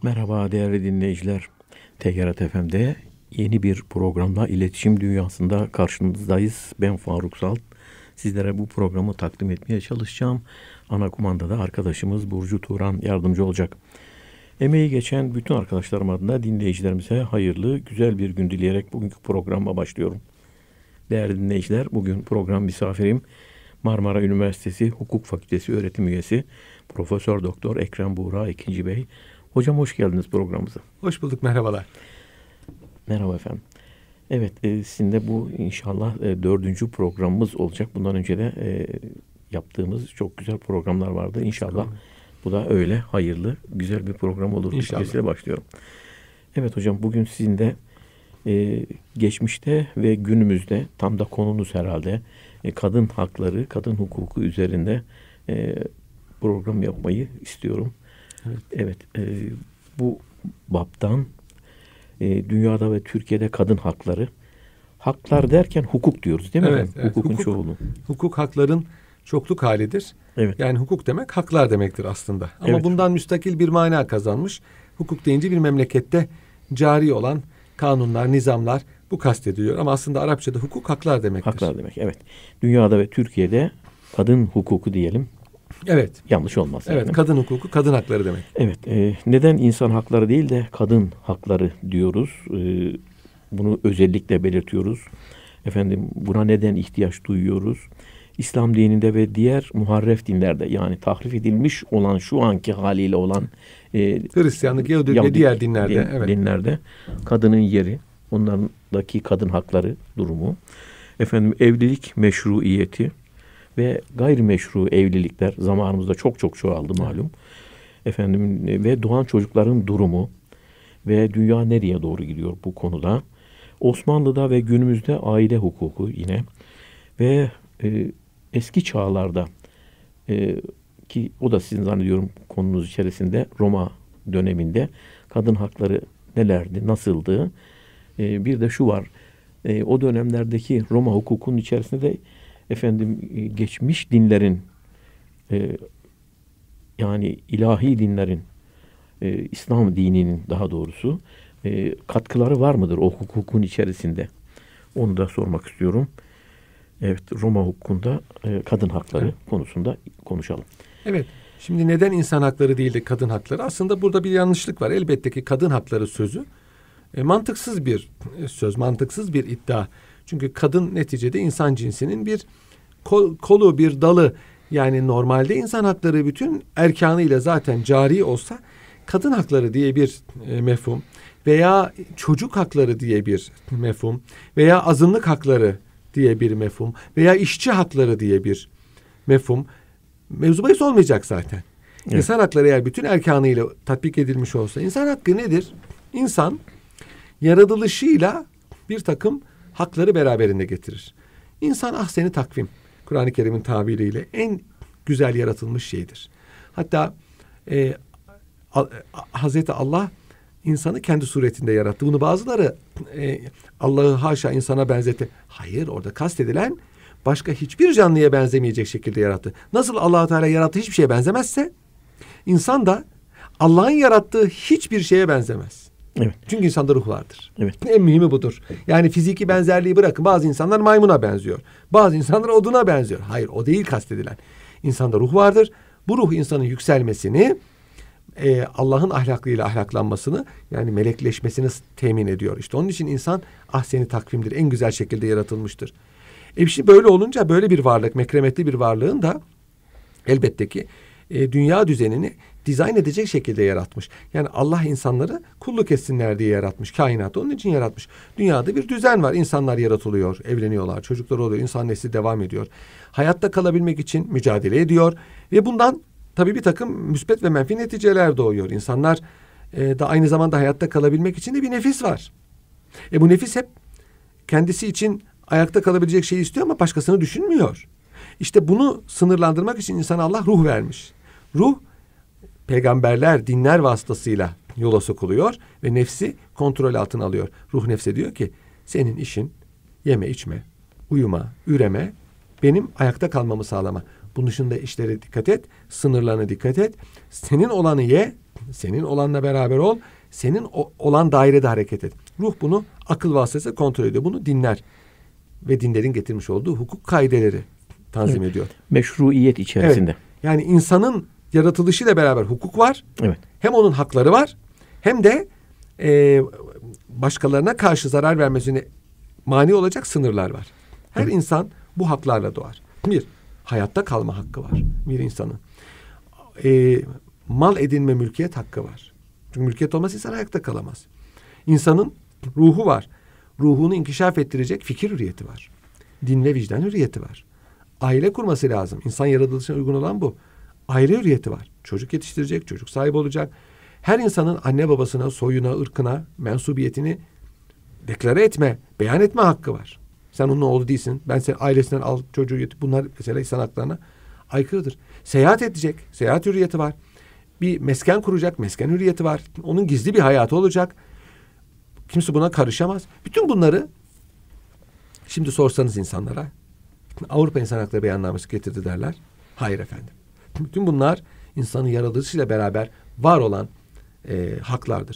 Merhaba değerli dinleyiciler. TGRT FM'de yeni bir programda iletişim dünyasında karşınızdayız. Ben Faruk Salt. Sizlere bu programı takdim etmeye çalışacağım. Ana kumandada arkadaşımız Burcu Turan yardımcı olacak. Emeği geçen bütün arkadaşlarım adına dinleyicilerimize hayırlı, güzel bir gün dileyerek bugünkü programa başlıyorum. Değerli dinleyiciler, bugün program misafirim Marmara Üniversitesi Hukuk Fakültesi öğretim üyesi Profesör Doktor Ekrem Buğra Ekinci Bey. Hocam hoş geldiniz programımıza. Hoş bulduk, merhabalar. Merhaba efendim. Evet, sizinle bu inşallah 4. programımız olacak. Bundan önce de yaptığımız çok güzel programlar vardı. İnşallah bu da öyle hayırlı, güzel bir program olur. İnşallah. Başlıyorum. Evet hocam, bugün sizinle geçmişte ve günümüzde, tam da konumuz herhalde kadın hakları, kadın hukuku üzerinde program yapmayı istiyorum. Evet, bu baptan dünyada ve Türkiye'de kadın hakları, haklar derken hukuk diyoruz değil mi? Evet, Hukukun çoğulu. Hukuk hakların çokluk halidir. Evet. Yani hukuk demek haklar demektir aslında. Ama evet. Bundan müstakil bir mana kazanmış. Hukuk deyince bir memlekette cari olan kanunlar, nizamlar bu kastediliyor. Ama aslında Arapçada hukuk haklar demektir. Haklar demek, evet. Dünyada ve Türkiye'de kadın hukuku diyelim. Evet. Yanlış olmaz. Evet, yani. kadın hukuku, kadın hakları demek. Evet, neden insan hakları değil de kadın hakları diyoruz? Bunu özellikle belirtiyoruz. Efendim, buna neden ihtiyaç duyuyoruz? İslam dininde ve diğer muharref dinlerde, yani tahrif edilmiş olan, şu anki haliyle olan Hristiyanlık, Yahudi ve diğer dinlerde, dinlerde kadının yeri, onlardaki kadın hakları durumu, efendim evlilik meşruiyeti ve gayrimeşru evlilikler zamanımızda çok çoğaldı malum. Efendim ve doğan çocukların durumu ve dünya nereye doğru gidiyor bu konuda. Osmanlı'da ve günümüzde aile hukuku yine ve eski çağlarda ki o da sizin zannediyorum konunuz içerisinde, Roma döneminde kadın hakları nelerdi, nasıldı? Bir de şu var, o dönemlerdeki Roma hukukunun içerisinde de efendim geçmiş dinlerin yani ilahi dinlerin, İslam dininin daha doğrusu katkıları var mıdır o hukukun içerisinde? Onu da sormak istiyorum. Evet, Roma hukukunda kadın hakları konusunda konuşalım. Evet. Şimdi neden insan hakları değil de kadın hakları? Aslında burada bir yanlışlık var. Elbette ki kadın hakları sözü mantıksız bir söz, mantıksız bir iddia. Çünkü kadın neticede insan cinsinin bir kolu, bir dalı. Yani normalde insan hakları bütün erkanıyla zaten cari olsa, kadın hakları diye bir mefhum veya çocuk hakları diye bir mefhum veya azınlık hakları diye bir mefhum veya işçi hakları diye bir mefhum mevzu bahis olmayacak zaten. Evet. İnsan hakları eğer bütün erkanıyla tatbik edilmiş olsa, insan hakkı nedir? İnsan yaratılışıyla bir takım hakları beraberinde getirir. İnsan ahseni takvim, Kur'an-ı Kerim'in tabiriyle en güzel yaratılmış şeydir. Hatta Hazreti Allah insanı kendi suretinde yarattı. Bunu bazıları Allah'ı haşa insana benzetti. Hayır, orada kastedilen başka hiçbir canlıya benzemeyecek şekilde yarattı. Nasıl Allah-u Teala yarattığı hiçbir şeye benzemezse, insan da Allah'ın yarattığı hiçbir şeye benzemez. Evet. Çünkü insanda ruh vardır. Evet. En mühimi budur. Yani fiziki benzerliği bırakın. Bazı insanlar maymuna benziyor. Bazı insanlar oduna benziyor. Hayır, o değil kastedilen. İnsanda ruh vardır. Bu ruh insanın yükselmesini, Allah'ın ahlakıyla ahlaklanmasını, yani melekleşmesini temin ediyor. İşte onun için insan ahseni takvimdir. En güzel şekilde yaratılmıştır. Şimdi böyle olunca, böyle bir varlık, mekremetli bir varlığın da elbette ki dünya düzenini dizayn edecek şekilde yaratmış. Yani Allah insanları kulluk etsinler diye yaratmış. Kainatı onun için yaratmış. Dünyada bir düzen var. İnsanlar yaratılıyor, evleniyorlar, çocuklar oluyor, insan nesli devam ediyor. Hayatta kalabilmek için mücadele ediyor ve bundan tabii bir takım müsbet ve menfi neticeler doğuyor. İnsanlar da aynı zamanda hayatta kalabilmek için de bir nefis var. Bu nefis hep kendisi için ayakta kalabilecek şeyi istiyor ama başkasını düşünmüyor. İşte bunu sınırlandırmak için insana Allah ruh vermiş. Ruh, peygamberler, dinler vasıtasıyla yola sokuluyor ve nefsi kontrol altına alıyor. Ruh nefse diyor ki, senin işin yeme içme, uyuma, üreme, benim ayakta kalmamı sağlama. Bunun dışında işlere dikkat et, sınırlarına dikkat et. Senin olanı ye, Senin olanla beraber ol. Senin olan dairede hareket et. Ruh bunu akıl vasıtasıyla kontrol ediyor. Bunu dinler. Ve dinlerin getirmiş olduğu hukuk kaideleri tanzim ediyor. Meşruiyet içerisinde. Evet. Yani insanın yaratılışıyla beraber hukuk var. Evet. Hem onun hakları var. Hem de başkalarına karşı zarar vermesine mani olacak sınırlar var. Her insan bu haklarla doğar. Bir, hayatta kalma hakkı var bir insanın. Mal edinme, mülkiyet hakkı var. Çünkü mülkiyet olmaz insan ayakta kalamaz. İnsanın ruhu var. Ruhunu inkişaf ettirecek fikir hürriyeti var. Din ve vicdan hürriyeti var. Aile kurması lazım. İnsan yaratılışına uygun olan bu. Aile hürriyeti var. Çocuk yetiştirecek, çocuk sahibi olacak. Her insanın anne babasına, soyuna, ırkına, mensubiyetini deklare etme, beyan etme hakkı var. Sen onun oğlu değilsin. Ben senin ailesinden al çocuğu yetip. Bunlar mesela insan haklarına aykırıdır. Seyahat edecek. Seyahat hürriyeti var. Bir mesken kuracak. Mesken hürriyeti var. Onun gizli bir hayatı olacak. Kimse buna karışamaz. Bütün bunları şimdi sorsanız insanlara Avrupa İnsan Hakları Beyannamesi getirdi derler. Hayır efendim. Bütün bunlar insanın yaratılışıyla beraber var olan haklardır.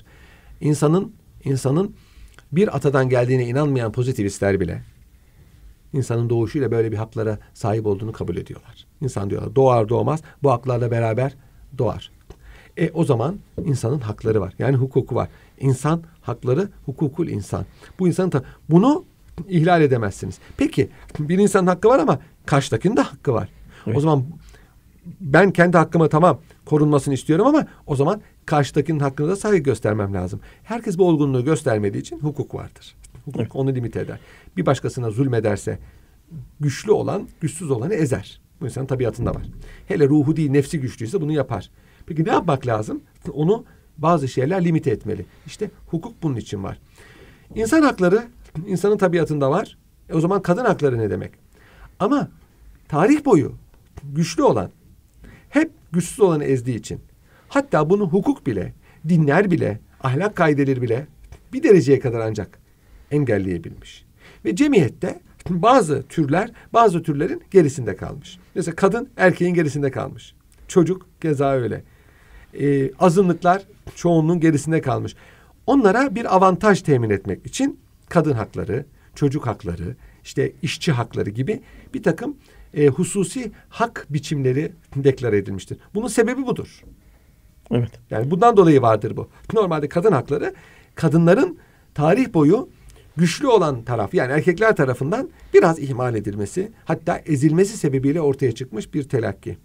İnsanın bir atadan geldiğine inanmayan pozitivistler bile insanın doğuşuyla böyle bir haklara sahip olduğunu kabul ediyorlar. İnsan diyorlar doğar doğmaz bu haklarla beraber doğar. O zaman insanın hakları var. Yani hukuku var. İnsan hakları, hukukul insan. Bu insanın bunu ihlal edemezsiniz. Peki bir insanın hakkı var ama karşıdakinin de hakkı var. Evet. O zaman ben kendi hakkıma tamam korunmasını istiyorum ama o zaman karşıdakinin hakkına da saygı göstermem lazım. Herkes bu olgunluğu göstermediği için hukuk vardır. Hukuk evet. Onu limite eder. Bir başkasına zulmederse güçlü olan güçsüz olanı ezer. Bu insanın tabiatında var. Hele ruhu değil nefsi güçlüyse bunu yapar. Peki ne yapmak lazım? Onu bazı şeyler limite etmeli. İşte hukuk bunun için var. İnsan hakları insanın tabiatında var. O zaman kadın hakları ne demek? Ama tarih boyu güçlü olan hep güçsüz olanı ezdiği için hatta bunu hukuk bile, dinler bile, ahlak kaideleri bile bir dereceye kadar ancak engelleyebilmiş. Ve cemiyette bazı türlerin gerisinde kalmış. Mesela kadın erkeğin gerisinde kalmış. Çocuk keza öyle. Azınlıklar çoğunluğun gerisinde kalmış. Onlara bir avantaj temin etmek için kadın hakları, çocuk hakları, işte işçi hakları gibi bir takım hususi hak biçimleri deklare edilmiştir. Bunun sebebi budur. Evet. Yani bundan dolayı vardır bu. Normalde kadın hakları kadınların tarih boyu güçlü olan taraf yani erkekler tarafından biraz ihmal edilmesi hatta ezilmesi sebebiyle ortaya çıkmış bir telakki.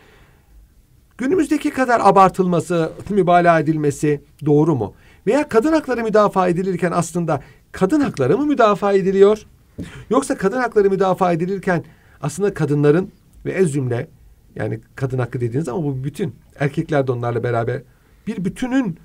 Günümüzdeki kadar abartılması, mübalağa edilmesi doğru mu? Veya kadın hakları müdafaa edilirken aslında kadın hakları mı müdafaa ediliyor? Yoksa kadın hakları müdafaa edilirken aslında kadınların ve ez cümle yani kadın hakkı dediğiniz ama bu bütün erkekler de onlarla beraber bir bütünün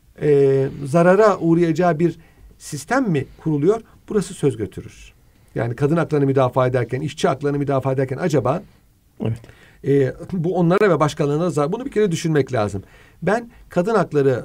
zarara uğrayacağı bir sistem mi kuruluyor? Burası söz götürür. Yani kadın haklarını müdafaa ederken, işçi haklarını müdafaa ederken acaba evet. Bu onlara ve başkalarına zarar. Bunu bir kere düşünmek lazım. Ben kadın hakları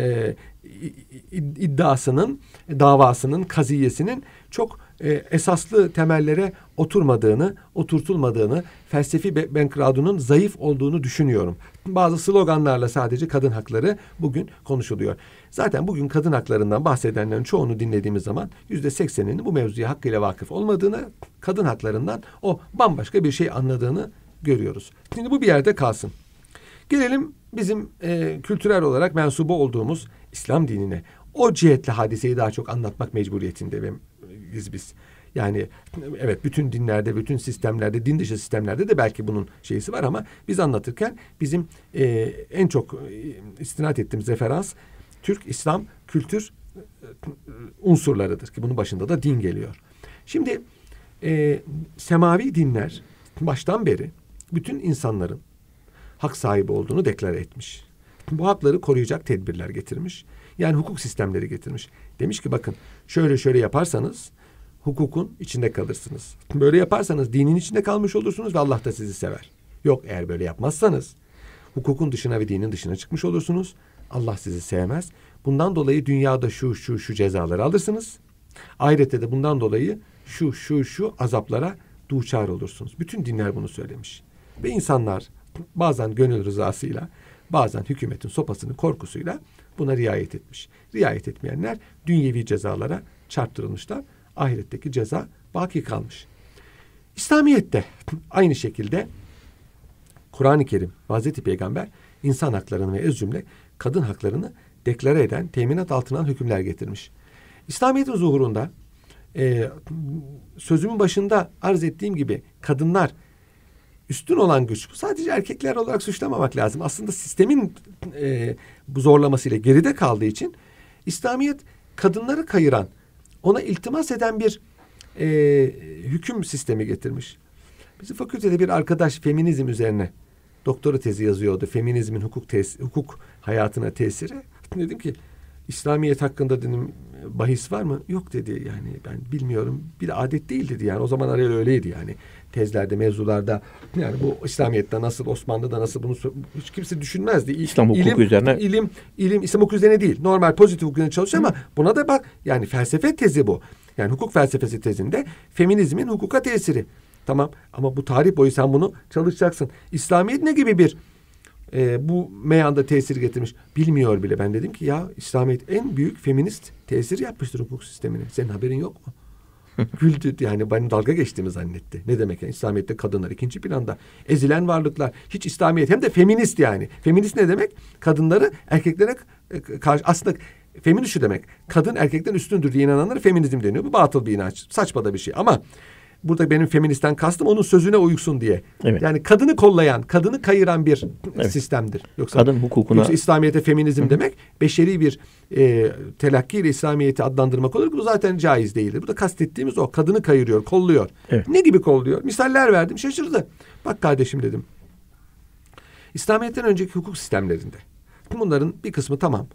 davasının, kaziyesinin çok esaslı temellere oturtulmadığını, felsefi background'unun zayıf olduğunu düşünüyorum. Bazı sloganlarla sadece kadın hakları bugün konuşuluyor. Zaten bugün kadın haklarından bahsedenlerin çoğunu dinlediğimiz zaman %80'inin bu mevzuya hakkıyla vakıf olmadığını, kadın haklarından o bambaşka bir şey anladığını görüyoruz. Şimdi bu bir yerde kalsın. Gelelim bizim kültürel olarak mensubu olduğumuz İslam dinine. O cihetle hadiseyi daha çok anlatmak mecburiyetinde ve biz. Yani evet bütün dinlerde, bütün sistemlerde, din dışı sistemlerde de belki bunun şeysi var ama biz anlatırken bizim en çok istinad ettiğimiz referans Türk, İslam, kültür unsurlarıdır ki bunun başında da din geliyor. Şimdi semavi dinler baştan beri bütün insanların hak sahibi olduğunu deklare etmiş. Bu hakları koruyacak tedbirler getirmiş. Yani hukuk sistemleri getirmiş. Demiş ki bakın şöyle yaparsanız hukukun içinde kalırsınız. Böyle yaparsanız dinin içinde kalmış olursunuz ve Allah da sizi sever. Yok eğer böyle yapmazsanız hukukun dışına ve dinin dışına çıkmış olursunuz. Allah sizi sevmez. Bundan dolayı dünyada şu cezaları alırsınız. Ahirette de bundan dolayı şu azaplara duçar olursunuz. Bütün dinler bunu söylemiş. Ve insanlar bazen gönül rızasıyla, bazen hükümetin sopasının korkusuyla buna riayet etmiş. Riayet etmeyenler dünyevi cezalara çarptırılmışlar. Ahiretteki ceza baki kalmış. İslamiyet'te aynı şekilde Kur'an-ı Kerim, Hazreti Peygamber insan haklarını ve öz cümle kadın haklarını deklare eden, teminat altına alan hükümler getirmiş. İslamiyet'in zuhurunda sözümün başında arz ettiğim gibi kadınlar üstün olan güç. Bu sadece erkekler olarak suçlamamak lazım. Aslında sistemin bu zorlamasıyla geride kaldığı için İslamiyet kadınları kayıran, ona iltimas eden bir hüküm sistemi getirmiş. Bizim fakültede bir arkadaş feminizm üzerine doktora tezi yazıyordu. Feminizmin hukuk hayatına tesiri. Dedim ki İslamiyet hakkında dedim bahis var mı? Yok dedi, yani ben bilmiyorum. Bir de adet değil dedi yani. O zaman öyleydi yani. Tezlerde, mevzularda yani bu İslamiyet'te nasıl, Osmanlı'da nasıl bunu hiç kimse düşünmezdi. İslam hukuku üzerine. İlim İslam hukuku üzerine değil. Normal pozitif hukuk üzerine çalışıyor ama buna da bak yani felsefe tezi bu. Yani hukuk felsefesi tezinde feminizmin hukuka tesiri. Tamam ama bu tarih boyu sen bunu çalışacaksın. İslamiyet ne gibi bir bu meyanda tesir getirmiş bilmiyor bile. Ben dedim ki ya İslamiyet en büyük feminist tesir yapmıştır hukuk sistemine. Senin haberin yok mu? Güldü yani, benim dalga geçtiğimi zannetti. Ne demek yani İslamiyet'te kadınlar ikinci planda. Ezilen varlıklar. Hiç İslamiyet hem de feminist yani. Feminist ne demek? Kadınları erkeklere karşı, aslında feminist şu demek. Kadın erkekten üstündür diye inananlara feminizm deniyor. Bu batıl bir inanç. Saçma da bir şey ama burada benim feministten kastım onun sözüne uysun diye. Evet. Yani kadını kollayan, kadını kayıran bir sistemdir. Yoksa kadın hukukuna... Yoksa İslamiyet'e feminizm demek beşeri bir telakkiyle İslamiyet'i adlandırmak olur ki bu zaten caiz değildir. Burada kastettiğimiz o. Kadını kayırıyor, kolluyor. Evet. Ne gibi kolluyor? Misaller verdim, şaşırdı. Bak kardeşim dedim. İslamiyet'ten önceki hukuk sistemlerinde bunların bir kısmı tamam.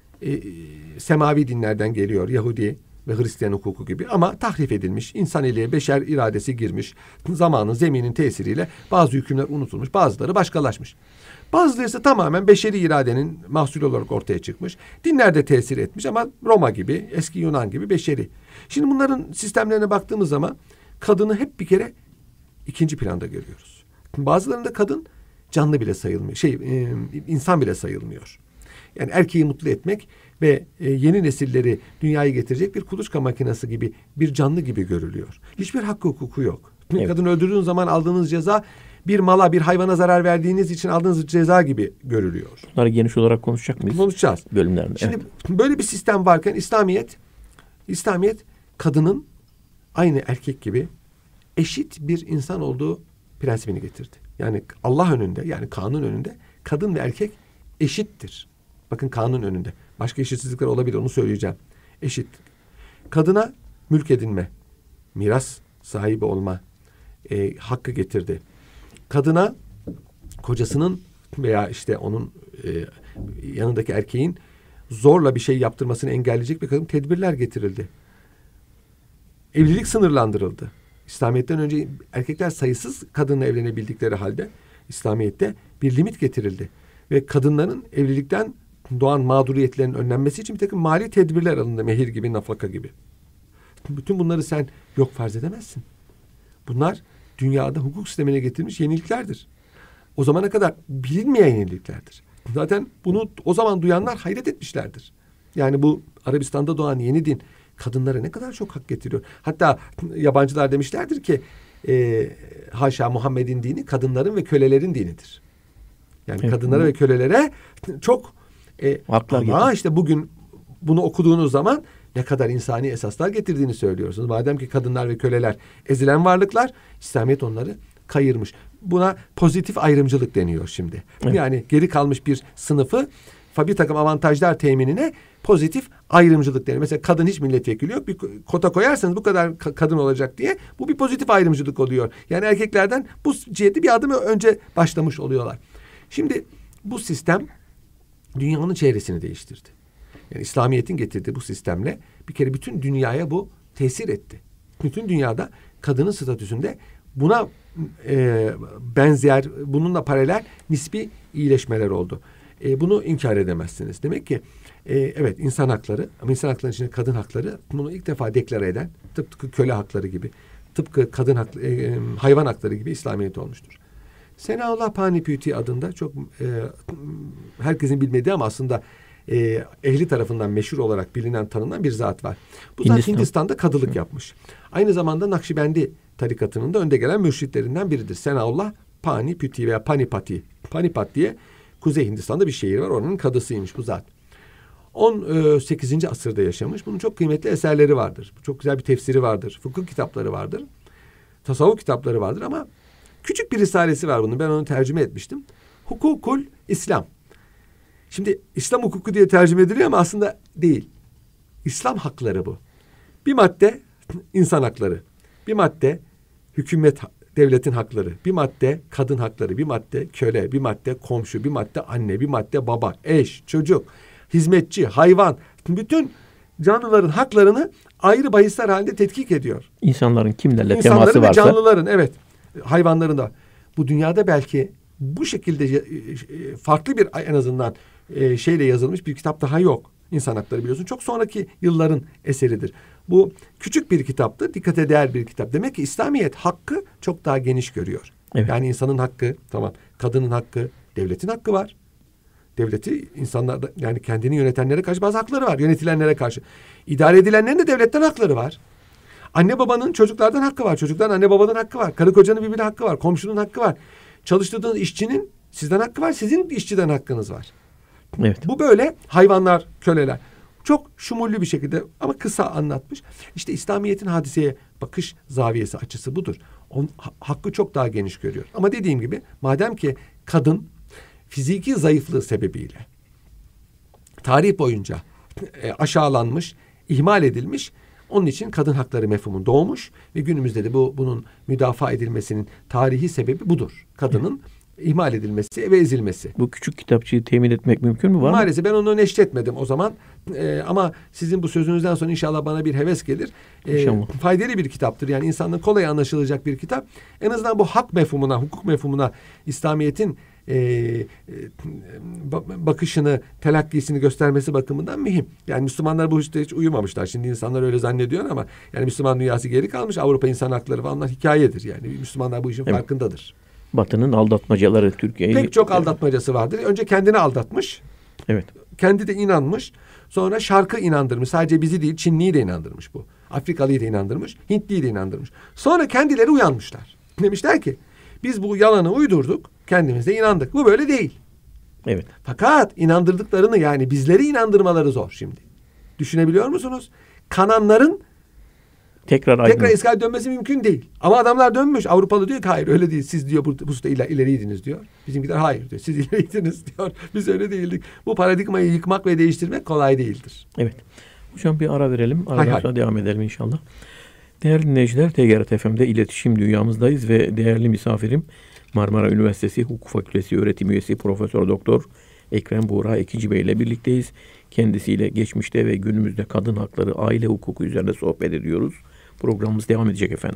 Semavi dinlerden geliyor. Yahudi ve Hristiyan hukuku gibi ama tahrif edilmiş, insan ile beşer iradesi girmiş, zamanın, zeminin tesiriyle bazı hükümler unutulmuş, bazıları başkalaşmış. Bazıları ise tamamen beşeri iradenin mahsulü olarak ortaya çıkmış. Dinlerde tesir etmiş ama Roma gibi, eski Yunan gibi beşeri. Şimdi bunların sistemlerine baktığımız zaman kadını hep bir kere ikinci planda görüyoruz. Bazılarında kadın canlı bile sayılmıyor, insan bile sayılmıyor. Yani erkeği mutlu etmek ve yeni nesilleri dünyaya getirecek bir kuluçka makinesi gibi, bir canlı gibi görülüyor. Hiçbir hakkı hukuku yok. Evet. Kadın öldürdüğünüz zaman aldığınız ceza bir mala, bir hayvana zarar verdiğiniz için aldığınız ceza gibi görülüyor. Bunları geniş olarak konuşacak mıyız? Konuşacağız. Bölümlerde. Şimdi böyle bir sistem varken İslamiyet kadının aynı erkek gibi eşit bir insan olduğu prensibini getirdi. Yani Allah önünde, yani kanun önünde kadın ve erkek eşittir. Bakın kanun önünde. Başka eşitsizlikler olabilir, onu söyleyeceğim. Eşit. Kadına mülk edinme, miras sahibi olma hakkı getirdi. Kadına kocasının veya işte onun yanındaki erkeğin zorla bir şey yaptırmasını engelleyecek bir takım tedbirler getirildi. Evlilik sınırlandırıldı. İslamiyet'ten önce erkekler sayısız kadınla evlenebildikleri halde İslamiyet'te bir limit getirildi. Ve kadınların evlilikten doğan mağduriyetlerin önlenmesi için bir takım mali tedbirler alındı. Mehir gibi, nafaka gibi. Bütün bunları sen yok farz edemezsin. Bunlar dünyada hukuk sistemine getirilmiş yeniliklerdir. O zamana kadar bilinmeyen yeniliklerdir. Zaten bunu o zaman duyanlar hayret etmişlerdir. Yani bu Arabistan'da doğan yeni din kadınlara ne kadar çok hak getiriyor. Hatta yabancılar demişlerdir ki haşa, Muhammed'in dini kadınların ve kölelerin dinidir. Yani evet, kadınlara ve kölelere çok ama işte bugün bunu okuduğunuz zaman ne kadar insani esaslar getirdiğini söylüyorsunuz. Madem ki kadınlar ve köleler ezilen varlıklar, İslamiyet onları kayırmış. Buna pozitif ayrımcılık deniyor şimdi. Evet. Yani geri kalmış bir sınıfı bir takım avantajlar teminine pozitif ayrımcılık deniyor. Mesela kadın hiç milletvekili yok. Bir kota koyarsanız bu kadar kadın olacak diye bu bir pozitif ayrımcılık oluyor. Yani erkeklerden bu ciheti bir adım önce başlamış oluyorlar. Şimdi bu sistem dünyanın çevresini değiştirdi. Yani İslamiyet'in getirdiği bu sistemle bir kere bütün dünyaya bu tesir etti. Bütün dünyada kadının statüsünde buna benzer, bununla paralel nispi iyileşmeler oldu. Bunu inkar edemezsiniz. Demek ki evet insan hakları, ama insan hakları içinde kadın hakları bunu ilk defa deklare eden, tıpkı köle hakları gibi, tıpkı kadın hayvan hakları gibi İslamiyet olmuştur. Senaullah Panipüti adında çok herkesin bilmediği ama aslında ehli tarafından meşhur olarak bilinen, tanınan bir zat var. Bu zat Hindistan'da kadılık yapmış. Aynı zamanda Nakşibendi tarikatının da önde gelen mürşitlerinden biridir. Senaullah Panipüti veya Panipati. Panipat diye Kuzey Hindistan'da bir şehir var. Oranın kadısıymış bu zat. 18. asırda yaşamış. Bunun çok kıymetli eserleri vardır. Çok güzel bir tefsiri vardır. Fıkıh kitapları vardır. Tasavvuf kitapları vardır ama küçük bir risalesi var bunun. Ben onu tercüme etmiştim. Hukukul İslam. Şimdi İslam hukuku diye tercüme ediliyor ama aslında değil. İslam hakları bu. Bir madde insan hakları. Bir madde hükümet, devletin hakları. Bir madde kadın hakları. Bir madde köle. Bir madde komşu. Bir madde anne. Bir madde baba. Eş, çocuk, hizmetçi, hayvan. Bütün canlıların haklarını ayrı bahisler halinde tetkik ediyor. İnsanların kimlerle teması varsa. Canlıların, evet. Hayvanların da. Bu dünyada belki bu şekilde farklı bir, en azından şeyle yazılmış bir kitap daha yok. İnsan hakları biliyorsun. Çok sonraki yılların eseridir. Bu küçük bir kitaptı. Dikkate değer bir kitap. Demek ki İslamiyet hakkı çok daha geniş görüyor. Evet. Yani insanın hakkı, tamam. Kadının hakkı, devletin hakkı var. Devleti insanlarda, yani kendini yönetenlere karşı bazı hakları var. Yönetilenlere karşı. İdare edilenlerin de devletten hakları var. Anne babanın çocuklardan hakkı var. Çocukların anne babadan hakkı var. Karı kocanın birbirine hakkı var. Komşunun hakkı var. Çalıştırdığınız işçinin sizden hakkı var. Sizin işçiden hakkınız var. Evet. Bu böyle hayvanlar, köleler. Çok şumullü bir şekilde ama kısa anlatmış. İşte İslamiyet'in hadiseye bakış zaviyesi, açısı budur. Onun hakkı çok daha geniş görüyor. Ama dediğim gibi madem ki kadın fiziki zayıflığı sebebiyle tarih boyunca aşağılanmış, ihmal edilmiş, onun için kadın hakları mefhumu doğmuş ve günümüzde de bunun müdafaa edilmesinin tarihi sebebi budur. Kadının ihmal edilmesi ve ezilmesi. Bu küçük kitapçıyı temin etmek mümkün mü? Var Maalesef ben onu neşretmedim o zaman. Ama sizin bu sözünüzden sonra inşallah bana bir heves gelir. Faydalı bir kitaptır. Yani insanın kolay anlaşılacak bir kitap. En azından bu hak mefhumuna, hukuk mefhumuna İslamiyet'in bakışını, telakkisini göstermesi bakımından mühim. Yani Müslümanlar bu işte hiç uyumamışlar. Şimdi insanlar öyle zannediyor ama yani Müslüman dünyası geri kalmış. Avrupa insan hakları falan hikayedir. Yani Müslümanlar bu işin farkındadır. Batı'nın aldatmacaları Türkiye'yi... Pek çok aldatmacası vardır. Önce kendini aldatmış. Evet. Kendi de inanmış. Sonra Şark'ı inandırmış. Sadece bizi değil, Çinli'yi de inandırmış bu. Afrikalı'yı da inandırmış. Hintli'yi de inandırmış. Sonra kendileri uyanmışlar. Demişler ki biz bu yalanı uydurduk. Kendimize inandık. Bu böyle değil. Evet. Fakat inandırdıklarını, yani bizleri inandırmaları zor şimdi. Düşünebiliyor musunuz? Kananların tekrar eskiye dönmesi mümkün değil. Ama adamlar dönmüş. Avrupalı diyor ki hayır öyle değil. Siz diyor bu hususta ileriydiniz diyor. Bizimkiler hayır diyor. Siz ileriydiniz diyor. Biz öyle değildik. Bu paradigmayı yıkmak ve değiştirmek kolay değildir. Evet. Hocam bir ara verelim. Aradan sonra devam edelim inşallah. Değerli dinleyiciler, TGRT FM'de iletişim dünyamızdayız ve değerli misafirim Marmara Üniversitesi Hukuk Fakültesi öğretim üyesi Profesör Doktor Ekrem Buğra Ekinci Bey ile birlikteyiz. Kendisiyle geçmişte ve günümüzde kadın hakları, aile hukuku üzerine sohbet ediyoruz. Programımız devam edecek efendim.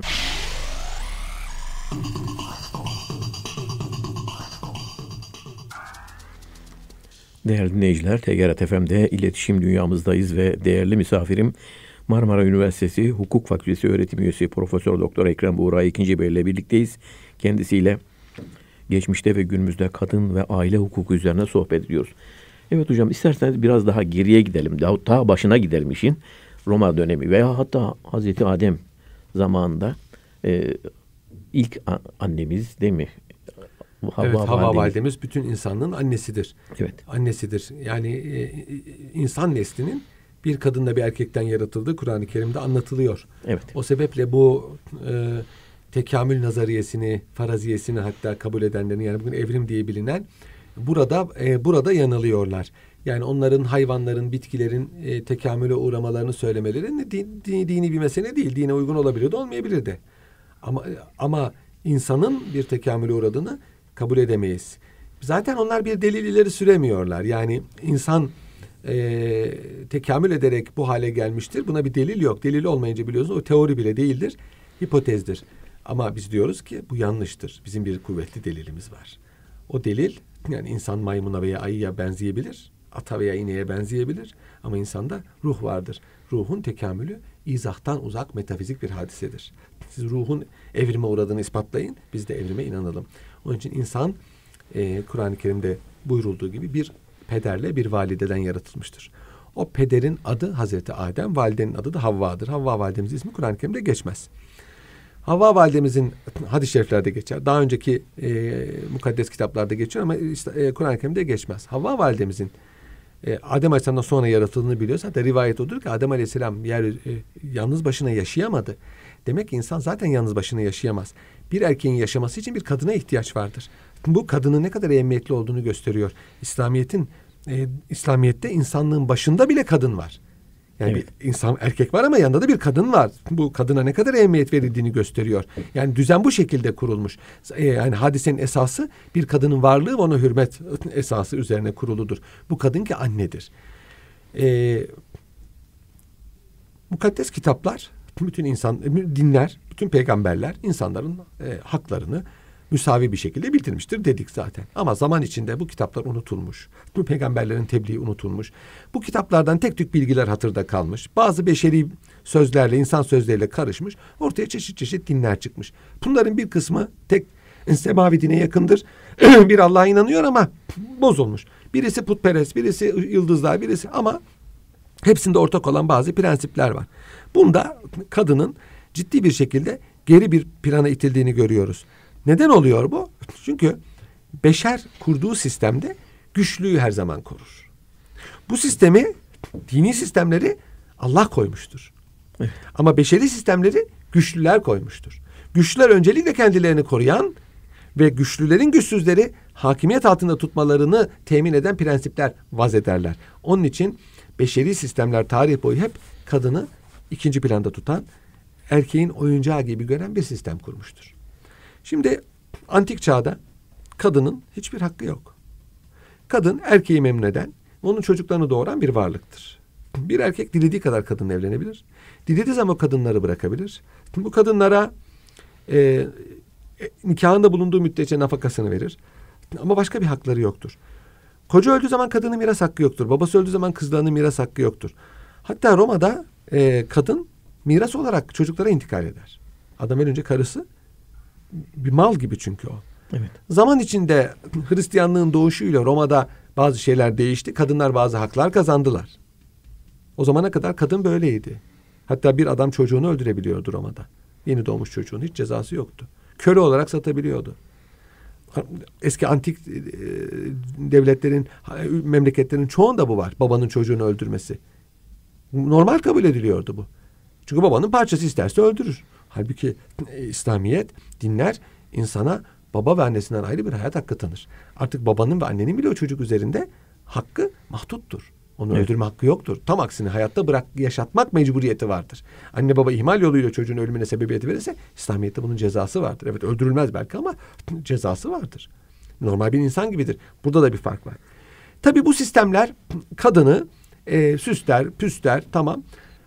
Değerli dinleyiciler, TGRT FM'de iletişim dünyamızdayız ve değerli misafirim Marmara Üniversitesi Hukuk Fakültesi öğretim üyesi Profesör Doktor Ekrem Buğra Ekinci Bey ile birlikteyiz. Kendisiyle geçmişte ve günümüzde kadın ve aile hukuku üzerine sohbet ediyoruz. Evet hocam, isterseniz biraz daha geriye gidelim. Daha başına gidelim işin. Roma dönemi veya hatta Hazreti Adem zamanında ilk annemiz değil mi? Havva validemiz bütün insanlığın annesidir. Evet. Annesidir. Yani insan neslinin bir kadınla bir erkekten yaratıldığı Kur'an-ı Kerim'de anlatılıyor. Evet. O sebeple bu tekamül nazariyesini, faraziyesini hatta kabul edenlerin, yani bugün evrim diye bilinen burada yanılıyorlar. Yani onların, hayvanların, bitkilerin tekamüle uğramalarını söylemeleri dini bir mesele değil. Dine uygun olabilir de olmayabilir de. Ama insanın bir tekamüle uğradığını kabul edemeyiz. Zaten onlar bir delil ileri süremiyorlar. Yani insan tekamül ederek bu hale gelmiştir. Buna bir delil yok. Delil olmayınca biliyorsunuz o teori bile değildir. Hipotezdir. Ama biz diyoruz ki bu yanlıştır. Bizim bir kuvvetli delilimiz var. O delil, yani insan maymuna veya ayıya benzeyebilir. Ata veya ineğe benzeyebilir. Ama insanda ruh vardır. Ruhun tekamülü izahtan uzak metafizik bir hadisedir. Siz ruhun evrime uğradığını ispatlayın. Biz de evrime inanalım. Onun için insan Kur'an-ı Kerim'de buyurulduğu gibi bir pederle bir valideden yaratılmıştır. O pederin adı Hazreti Adem, validenin adı da Havva'dır. Havva validemizin ismi Kur'an-ı Kerim'de geçmez. Havva validemizin hadis-i şeriflerde geçer. Daha önceki mukaddes kitaplarda geçiyor ama Kur'an-ı Kerim'de geçmez. Havva validemizin Adem Aleyhisselam'dan sonra yaratıldığını biliyoruz. Hatta rivayet odur ki Adem Aleyhisselam yalnız başına yaşayamadı. Demek ki insan zaten yalnız başına yaşayamaz. Bir erkeğin yaşaması için bir kadına ihtiyaç vardır. Bu kadının ne kadar ehemmiyetli olduğunu gösteriyor. İslamiyet'te insanlığın başında bile kadın var. Yani evet. bir insan erkek var ama yanında da bir kadın var. Bu kadına ne kadar ehemmiyet verildiğini gösteriyor. Yani düzen bu şekilde kurulmuş. Yani hadisenin esası bir kadının varlığı ve ona hürmet esası üzerine kuruludur. Bu kadın ki annedir. Mukaddes kitaplar, bütün dinler, bütün peygamberler insanların haklarını müsavi bir şekilde bildirmiştir dedik zaten. Ama zaman içinde bu kitaplar unutulmuş. Bu peygamberlerin tebliği unutulmuş. Bu kitaplardan tek tük bilgiler hatırda kalmış. Bazı beşeri sözlerle, insan sözleriyle karışmış. Ortaya çeşit çeşit dinler çıkmış. Bunların bir kısmı tek semavi dine yakındır. Bir Allah'a inanıyor ama bozulmuş. Birisi putperest, birisi yıldızlar, birisi ama hepsinde ortak olan bazı prensipler var. Bunda kadının ciddi bir şekilde geri bir plana itildiğini görüyoruz. Neden oluyor bu? Çünkü beşer kurduğu sistemde güçlüğü her zaman korur. Bu sistemi, dini sistemleri Allah koymuştur. Evet. Ama beşeri sistemleri güçlüler koymuştur. Güçlüler öncelikle kendilerini koruyan ve güçlülerin güçsüzleri hakimiyet altında tutmalarını temin eden prensipler vaz ederler. Onun için beşeri sistemler tarih boyu hep kadını ikinci planda tutan, erkeğin oyuncağı gibi gören bir sistem kurmuştur. Şimdi antik çağda kadının hiçbir hakkı yok. Kadın erkeği memnun eden, onun çocuklarını doğuran bir varlıktır. Bir erkek dilediği kadar kadınla evlenebilir. Dilediği zaman o kadınları bırakabilir. Bu kadınlara nikahında bulunduğu müddetçe nafakasını verir. Ama başka bir hakları yoktur. Koca öldüğü zaman kadının miras hakkı yoktur. Babası öldüğü zaman kızlarının miras hakkı yoktur. Hatta Roma'da kadın miras olarak çocuklara intikal eder. Adam ölünce karısı bir mal gibi çünkü o. Evet. Zaman içinde Hristiyanlığın doğuşuyla Roma'da bazı şeyler değişti. Kadınlar bazı haklar kazandılar. O zamana kadar kadın böyleydi. Hatta bir adam çocuğunu öldürebiliyordu Roma'da. Yeni doğmuş çocuğun hiç cezası yoktu. Köle olarak satabiliyordu. Eski antik devletlerin, memleketlerin çoğunda bu var. Babanın çocuğunu öldürmesi. Normal kabul ediliyordu bu. Çünkü babanın parçası, isterse öldürür. Halbuki İslamiyet, dinler insana baba ve annesinden ayrı bir hayat hakkı tanır. Artık babanın ve annenin bile o çocuk üzerinde hakkı mahduttur. Onu öldürme hakkı yoktur. Tam aksine hayatta yaşatmak mecburiyeti vardır. Anne baba ihmal yoluyla çocuğun ölümüne sebebiyet verirse İslamiyet'te bunun cezası vardır. Evet, öldürülmez belki ama cezası vardır. Normal bir insan gibidir. Burada da bir fark var. Tabii bu sistemler kadını süsler, püsler, tamam.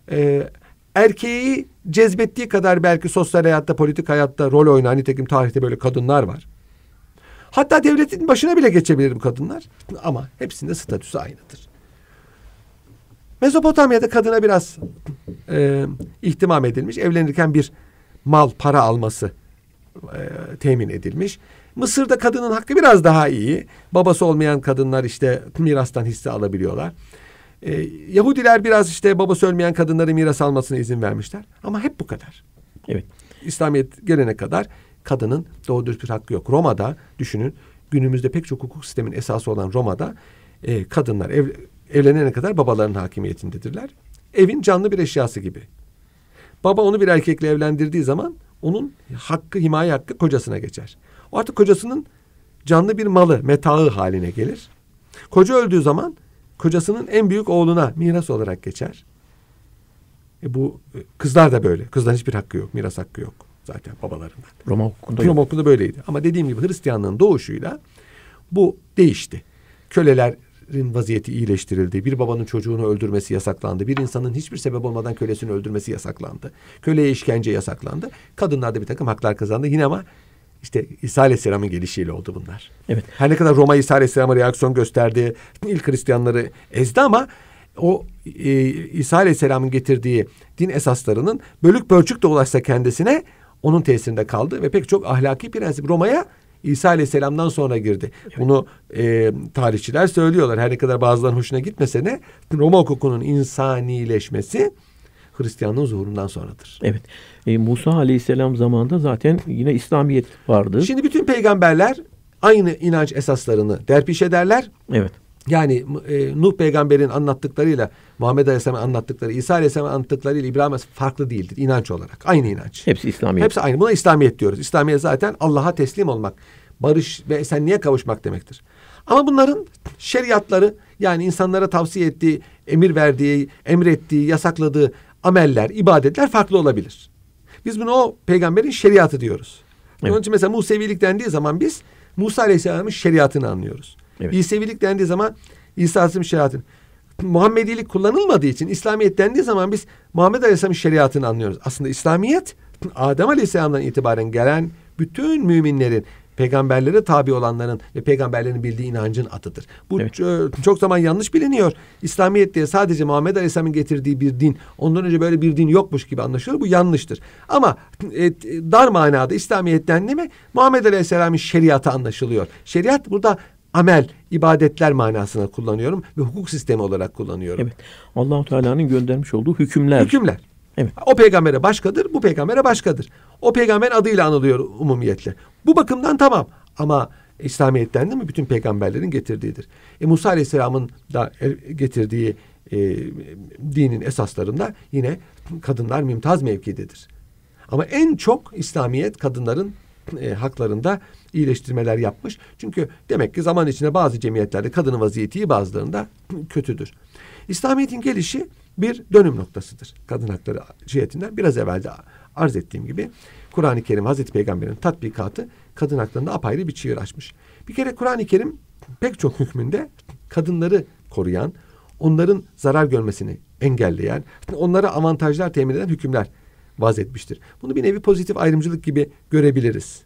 Erkeği cezbettiği kadar belki sosyal hayatta, politik hayatta rol oynayan, nitekim tarihte böyle kadınlar var. Hatta devletin başına bile geçebilir bu kadınlar. Ama hepsinde statüsü aynıdır. Mezopotamya'da kadına biraz ihtimam edilmiş. Evlenirken bir mal, para alması temin edilmiş. Mısır'da kadının hakkı biraz daha iyi. Babası olmayan kadınlar işte mirastan hisse alabiliyorlar. Yahudiler biraz işte babası ölmeyen kadınların miras almasına izin vermişler. Ama hep bu kadar. Evet. İslamiyet gelene kadar kadının doğru dürüst bir hakkı yok. Roma'da düşünün, günümüzde pek çok hukuk sistemin esası olan Roma'da kadınlar evlenene kadar babaların hakimiyetindedirler. Evin canlı bir eşyası gibi. Baba onu bir erkekle evlendirdiği zaman onun hakkı, himaye hakkı kocasına geçer. O artık kocasının canlı bir malı, metağı haline gelir. Koca öldüğü zaman kocasının en büyük oğluna miras olarak geçer. Bu kızlar da böyle. Kızların hiçbir hakkı yok. Miras hakkı yok zaten babalarından. Roma hukukunda Roma hukukunda böyleydi. Ama dediğim gibi Hristiyanlığın doğuşuyla bu değişti. Kölelerin vaziyeti iyileştirildi. Bir babanın çocuğunu öldürmesi yasaklandı. Bir insanın hiçbir sebep olmadan kölesini öldürmesi yasaklandı. Köleye işkence yasaklandı. Kadınlar da bir takım haklar kazandı. Yine ama İşte İsa Aleyhisselam'ın gelişiyle oldu bunlar. Evet. Her ne kadar Roma İsa Aleyhisselam'a reaksiyon gösterdi, ilk Hristiyanları ezdi ama o İsa Aleyhisselam'ın getirdiği din esaslarının bölük pörçük de ulaşsa kendisine onun tesirinde kaldı ve pek çok ahlaki prensip Roma'ya İsa Aleyhisselam'dan sonra girdi. Evet. Bunu tarihçiler söylüyorlar. Her ne kadar bazılarının hoşuna gitmese de Roma hukukunun insanileşmesi Hristiyanlığın zuhurundan sonradır. Evet. Musa Aleyhisselam zamanında zaten yine İslamiyet vardı. Şimdi bütün peygamberler aynı inanç esaslarını derpiş ederler. Evet. Yani Nuh peygamberin anlattıklarıyla Muhammed Aleyhisselam'ın anlattıkları, İsa Aleyhisselam'ın anlattıklarıyla İbrahim farklı değildir inanç olarak. Aynı inanç. Hepsi İslamiyet. Hepsi aynı. Buna İslamiyet diyoruz. İslamiyet zaten Allah'a teslim olmak, barış ve esenliğe kavuşmak demektir. Ama bunların şeriatları, yani insanlara tavsiye ettiği, emir verdiği, emrettiği, yasakladığı ameller, ibadetler farklı olabilir. Biz bunu o peygamberin şeriatı diyoruz. Evet. Onun için mesela Musevilik dendiği zaman biz Musa Aleyhisselam'ın şeriatını anlıyoruz. Evet. İsevilik dendiği zaman İsa Aleyhisselam'ın şeriatını. Muhammedilik kullanılmadığı için İslamiyet dendiği zaman biz Muhammed Aleyhisselam'ın şeriatını anlıyoruz. Aslında İslamiyet Adem Aleyhisselam'dan itibaren gelen bütün müminlerin, peygamberlere tabi olanların ve peygamberlerin bildiği inancın adıdır. Bu evet. Çok zaman yanlış biliniyor. İslamiyet diye sadece Muhammed Aleyhisselam'ın getirdiği bir din, ondan önce böyle bir din yokmuş gibi anlaşılıyor. Bu yanlıştır. Ama dar manada İslamiyet dendiği mi Muhammed Aleyhisselam'ın şeriatı anlaşılıyor. Şeriat burada amel, ibadetler manasına kullanıyorum ve hukuk sistemi olarak kullanıyorum. Evet. Allah-u Teala'nın göndermiş olduğu hükümler. Hükümler. Evet. O peygambere başkadır, bu peygambere başkadır. O peygamber adıyla anılıyor umumiyetle. Bu bakımdan tamam. Ama İslamiyet'ten değil mi? Bütün peygamberlerin getirdiğidir. Musa Aleyhisselam'ın da getirdiği dinin esaslarında yine kadınlar mümtaz mevkidedir. Ama en çok İslamiyet kadınların haklarında iyileştirmeler yapmış. Çünkü demek ki zaman içinde bazı cemiyetlerde kadının vaziyeti bazılarında kötüdür. İslamiyet'in gelişi bir dönüm noktasıdır. Kadın hakları cihetinden biraz evvel de arz ettiğim gibi Kur'an-ı Kerim Hazreti Peygamber'in tatbikatı kadın haklarında apayrı bir çığır açmış. Bir kere Kur'an-ı Kerim pek çok hükmünde kadınları koruyan, onların zarar görmesini engelleyen, onlara avantajlar temin eden hükümler vaz etmiştir. Bunu bir nevi pozitif ayrımcılık gibi görebiliriz.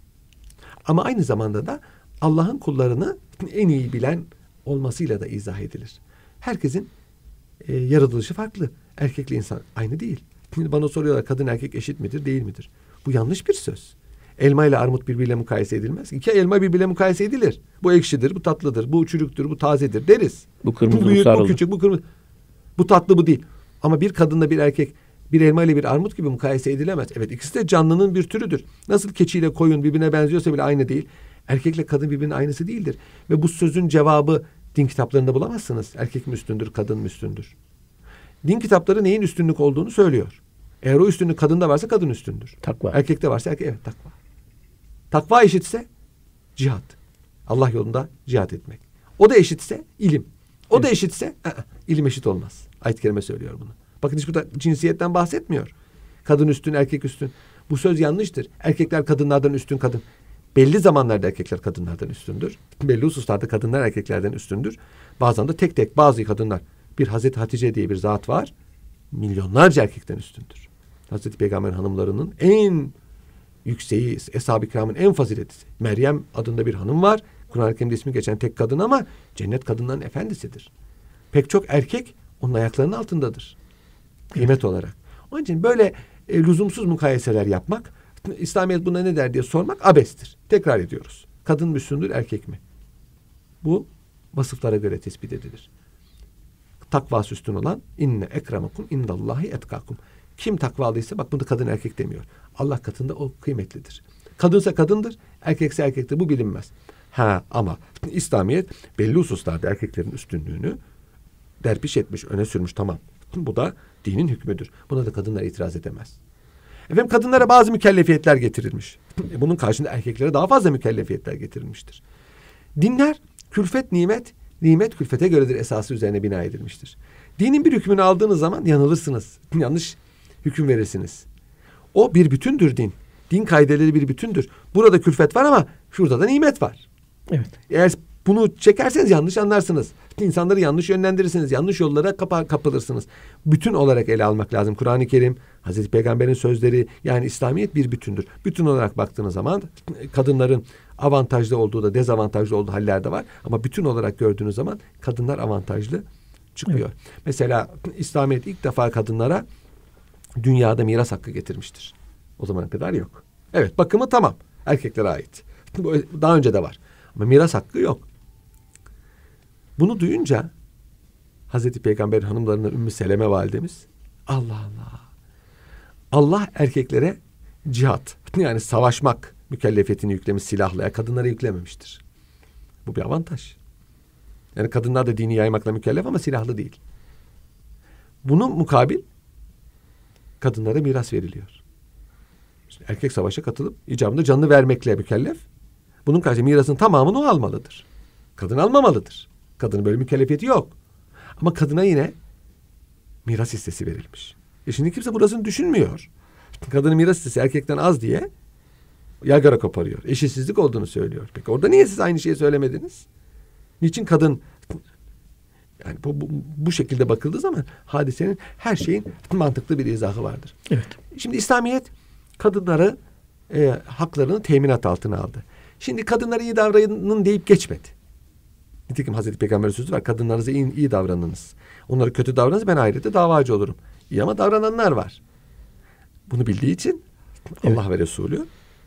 Ama aynı zamanda da Allah'ın kullarını en iyi bilen olmasıyla da izah edilir. Herkesin yaratılışı farklı. Erkekle insan aynı değil. Şimdi bana soruyorlar kadın erkek eşit midir değil midir? Bu yanlış bir söz. Elma ile armut birbiriyle mukayese edilmez. İki elma birbiriyle mukayese edilir. Bu ekşidir, bu tatlıdır, bu çürüktür, bu tazedir deriz. Bu kırmızı, bu büyük, bu bu küçük, bu kırmızı. Bu tatlı, bu değil. Ama bir kadınla bir erkek bir elma ile bir armut gibi mukayese edilemez. Evet, ikisi de canlının bir türüdür. Nasıl keçiyle koyun birbirine benziyorsa bile aynı değil. Erkekle kadın birbirinin aynısı değildir. Ve bu sözün cevabı din kitaplarında bulamazsınız. Erkek mi üstündür, kadın mı üstündür? Din kitapları neyin üstünlük olduğunu söylüyor. Eğer o üstünlük kadında varsa kadın üstündür. Takva. Erkekte varsa erkek, evet takva. Takva eşitse cihat. Allah yolunda cihat etmek. O da eşitse ilim. O evet. da eşitse ilim eşit olmaz. Ayet-i Kerime söylüyor bunu. Bakın hiç burada cinsiyetten bahsetmiyor. Kadın üstün, erkek üstün. Bu söz yanlıştır. Erkekler kadınlardan üstün kadın. Belli zamanlarda erkekler kadınlardan üstündür. Belli hususlarda kadınlar erkeklerden üstündür. Bazen de tek tek bazı kadınlar. Bir Hazreti Hatice diye bir zat var. Milyonlarca erkekten üstündür. Hazreti Peygamber hanımlarının en yükseği, Eshab-ı Kiram'ın en faziletlisi. Meryem adında bir hanım var. Kur'an-ı Kerim'de ismi geçen tek kadın ama cennet kadınların efendisidir. Pek çok erkek onun ayaklarının altındadır. Kıymet olarak. Onun için böyle lüzumsuz mukayeseler yapmak, İslamiyet buna ne der diye sormak abestir. Tekrar ediyoruz. Kadın mı üstündür, erkek mi? Bu vasıflara göre tespit edilir. Takvası üstün olan inne ekremakum indallahi etkakum. Kim takvalıysa bak bunu kadın erkek demiyor. Allah katında o kıymetlidir. Kadınsa kadındır, erkekse erkektir. Bu bilinmez. Ama İslamiyet belli hususlarda erkeklerin üstünlüğünü derpiş etmiş, öne sürmüş, tamam. Bu da dinin hükmüdür. Buna da kadınlar itiraz edemez. Efendim kadınlara bazı mükellefiyetler getirilmiş. Bunun karşında erkeklere daha fazla mükellefiyetler getirilmiştir. Dinler külfet nimet, nimet külfete göredir esası üzerine bina edilmiştir. Dinin bir hükmünü aldığınız zaman yanılırsınız. Yanlış hüküm verirsiniz. O bir bütündür din. Din kaideleri bir bütündür. Burada külfet var ama şurada da nimet var. Evet. Eğer bunu çekerseniz yanlış anlarsınız. İnsanları yanlış yönlendirirsiniz. Yanlış yollara kapılırsınız. Bütün olarak ele almak lazım. Kur'an-ı Kerim, Hazreti Peygamber'in sözleri, yani İslamiyet bir bütündür. Bütün olarak baktığınız zaman kadınların avantajlı olduğu da dezavantajlı olduğu haller de var. Ama bütün olarak gördüğünüz zaman kadınlar avantajlı çıkıyor. Evet. Mesela İslamiyet ilk defa kadınlara dünyada miras hakkı getirmiştir. O zamana kadar yok. Evet, bakımı tamam. Erkeklere ait. Bu daha önce de var. Ama miras hakkı yok. Bunu duyunca Hazreti Peygamber hanımlarından Ümmü Seleme validemiz, Allah Allah. Allah erkeklere cihat, yani savaşmak mükellefiyetini yüklemiş silahla, kadınlara yüklememiştir. Bu bir avantaj. Yani kadınlar da dini yaymakla mükellef ama silahlı değil. Bunun mukabil kadınlara miras veriliyor. İşte erkek savaşa katılıp icabında canını vermekle mükellef. Bunun karşı mirasın tamamını o almalıdır. Kadın almamalıdır. Kadının böyle mükellefiyeti yok. Ama kadına yine miras hissesi verilmiş. Şimdi kimse burasını düşünmüyor. Kadının miras hissesi erkekten az diye yaygara koparıyor. Eşitsizlik olduğunu söylüyor. Peki orada niye siz aynı şeyi söylemediniz? Niçin kadın, yani bu şekilde bakıldığı zaman hadisenin, her şeyin mantıklı bir izahı vardır. Evet. Şimdi İslamiyet kadınları haklarını teminat altına aldı. Şimdi kadınlara iyi davranın deyip geçmedi. Nitekim Hazreti Peygamber'in sözü var. Kadınlarınıza iyi davranınız. Onlara kötü davranınız, ben ahirette davacı olurum. İyi ama davrananlar var. Bunu bildiği için evet, Allah ve Resulü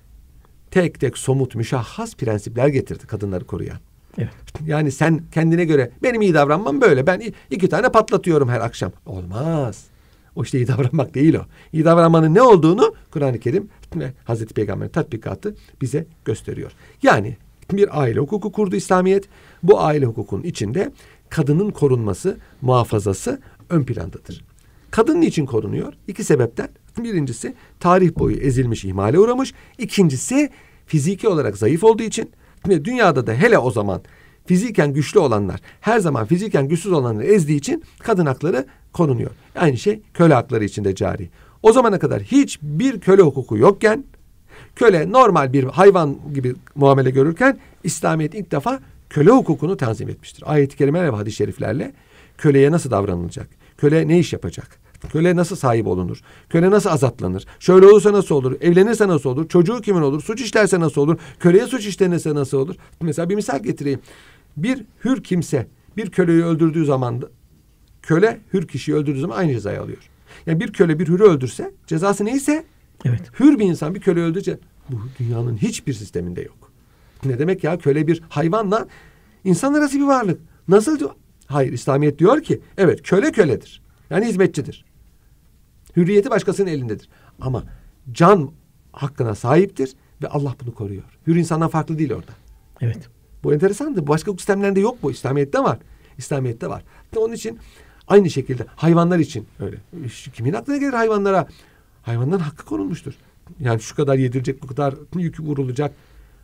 tek tek somut, müşahhas prensipler getirdi kadınları koruyan. Evet. Yani sen kendine göre benim iyi davranmam böyle. Ben 2 tane patlatıyorum her akşam. Olmaz. O işte iyi davranmak değil o. İyi davranmanın ne olduğunu Kur'an-ı Kerim ve Hazreti Peygamber'in tatbikatı bize gösteriyor. Yani bir aile hukuku kurdu İslamiyet. Bu aile hukukunun içinde kadının korunması, muhafazası ön plandadır. Kadın niçin korunuyor? 2 sebepten. Birincisi tarih boyu ezilmiş, ihmale uğramış. İkincisi fiziki olarak zayıf olduğu için. Ve dünyada da hele o zaman fiziken güçlü olanlar her zaman fiziken güçsüz olanları ezdiği için kadın hakları korunuyor. Aynı şey köle hakları için de cari. O zamana kadar hiçbir köle hukuku yokken, köle normal bir hayvan gibi muamele görürken İslamiyet ilk defa köle hukukunu tanzim etmiştir. Ayet-i kerimeler ve hadis-i şeriflerle köleye nasıl davranılacak? Köle ne iş yapacak? Köle nasıl sahip olunur? Köle nasıl azatlanır? Şöyle olursa nasıl olur? Evlenirse nasıl olur? Çocuğu kimin olur? Suç işlerse nasıl olur? Köleye suç işlenirse nasıl olur? Mesela bir misal getireyim. Bir hür kimse bir köleyi öldürdüğü zaman köle hür kişiyi öldürdüğü zaman aynı cezayı alıyor. Yani bir köle bir hürü öldürse cezası neyse, evet, hür bir insan bir köle öldürse, bu dünyanın hiçbir sisteminde yok. Ne demek ya? Köle bir hayvanla insan arası bir varlık. Nasıl diyor? Hayır, İslamiyet diyor ki evet, köle köledir. Yani hizmetçidir. Hürriyeti başkasının elindedir. Ama can hakkına sahiptir ve Allah bunu koruyor. Hür insandan farklı değil orada. evet. Bu enteresandır. Başka sistemlerde yok bu. İslamiyet'te var. İslamiyet'te var. Onun için aynı şekilde hayvanlar için öyle. Kimin aklına gelir hayvanlara? Hayvanların hakkı korunmuştur. Yani şu kadar yedirecek, bu kadar yükü vurulacak.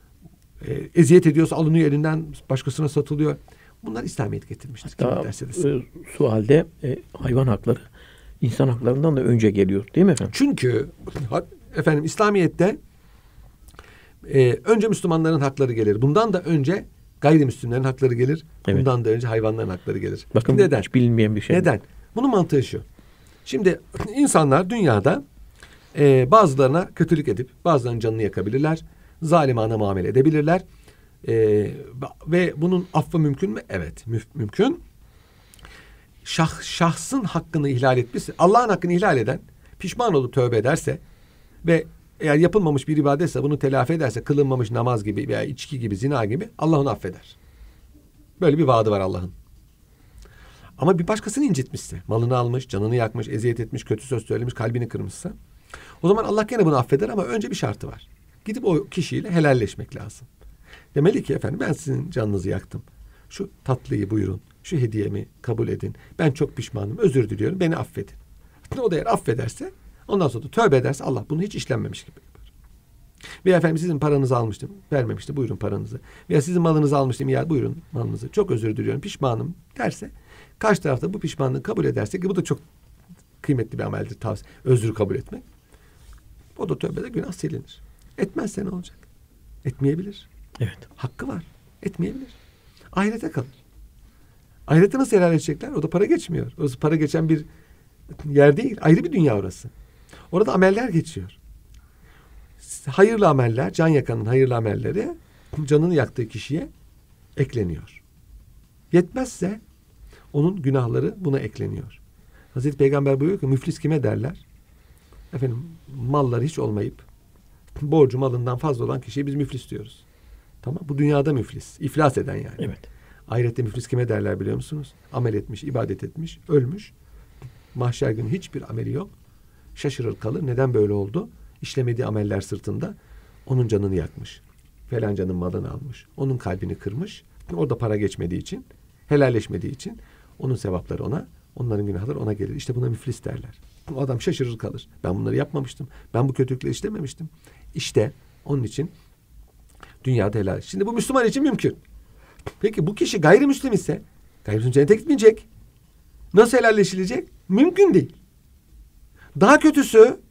Eziyet ediyorsa alınıyor elinden, başkasına satılıyor. Bunlar İslamiyet getirmiştir. Hatta sualde hayvan hakları insan haklarından da önce geliyor, değil mi efendim? Çünkü efendim İslamiyet'te önce Müslümanların hakları gelir. Bundan da önce gayrimüslimlerin hakları gelir. Evet. Bundan da önce hayvanların hakları gelir. Bakın neden? hiç bilinmeyen bir şey. Neden? Bunun mantığı şu. Şimdi insanlar dünyada bazılarına kötülük edip bazılarının canını yakabilirler. Zalimane muamele edebilirler. Ve bunun affı mümkün mü? Evet, mümkün. Şahsın hakkını ihlal etmişse, Allah'ın hakkını ihlal eden pişman olup tövbe ederse ve eğer yapılmamış bir ibadetse bunu telafi ederse, kılınmamış namaz gibi veya içki gibi, zina gibi, Allah onu affeder. Böyle bir vaadi var Allah'ın. Ama bir başkasını incitmişse, malını almış, canını yakmış, eziyet etmiş, kötü söz söylemiş, kalbini kırmışsa, o zaman Allah gene bunu affeder ama önce bir şartı var. Gidip o kişiyle helalleşmek lazım. Demeli ki efendim, ben sizin canınızı yaktım. Şu tatlıyı buyurun. Şu hediyemi kabul edin. Ben çok pişmanım. Özür diliyorum. Beni affedin. O da eğer affederse, ondan sonra da tövbe ederse Allah bunu hiç işlenmemiş gibi yapar. Veya efendim sizin paranızı almıştım. Vermemişti. Buyurun paranızı. Veya sizin malınızı almıştım. Ya buyurun malınızı. Çok özür diliyorum. Pişmanım derse, karşı tarafta bu pişmanlığı kabul ederse, ki bu da çok kıymetli bir ameldir, tavsiye. Özrü kabul etmek. O da tövbede günah silinir. Etmezse ne olacak? Etmeyebilir. Evet. Hakkı var. Etmeyebilir. Ahirete kalır. Ahirete nasıl helal edecekler? O da para geçmiyor. O para geçen bir yer değil. Ayrı bir dünya orası. Orada ameller geçiyor. Hayırlı ameller, can yakanın hayırlı amelleri canını yaktığı kişiye ekleniyor. Yetmezse onun günahları buna ekleniyor. Hazreti Peygamber buyuruyor ki müflis kime derler? Efendim malları hiç olmayıp borcu malından fazla olan kişiye biz müflis diyoruz. Tamam, bu dünyada müflis. İflas eden yani. Evet. Ahirette müflis kime derler biliyor musunuz? Amel etmiş, ibadet etmiş, ölmüş. Mahşer günü hiçbir ameli yok. Şaşırır kalır. Neden böyle oldu? İşlemediği ameller sırtında onun canını yakmış. Felancanın malını almış. Onun kalbini kırmış. Orada para geçmediği için, helalleşmediği için onun sevapları ona, onların günahları ona gelir. İşte buna müflis derler. O adam şaşırır kalır. Ben bunları yapmamıştım. Ben bu kötülükle işlememiştim. İşte onun için dünyada helal. Şimdi bu Müslüman için mümkün. Peki bu kişi gayrimüslim ise gayrimüslim cennete gitmeyecek. Nasıl helalleşilecek? Mümkün değil. Daha kötüsü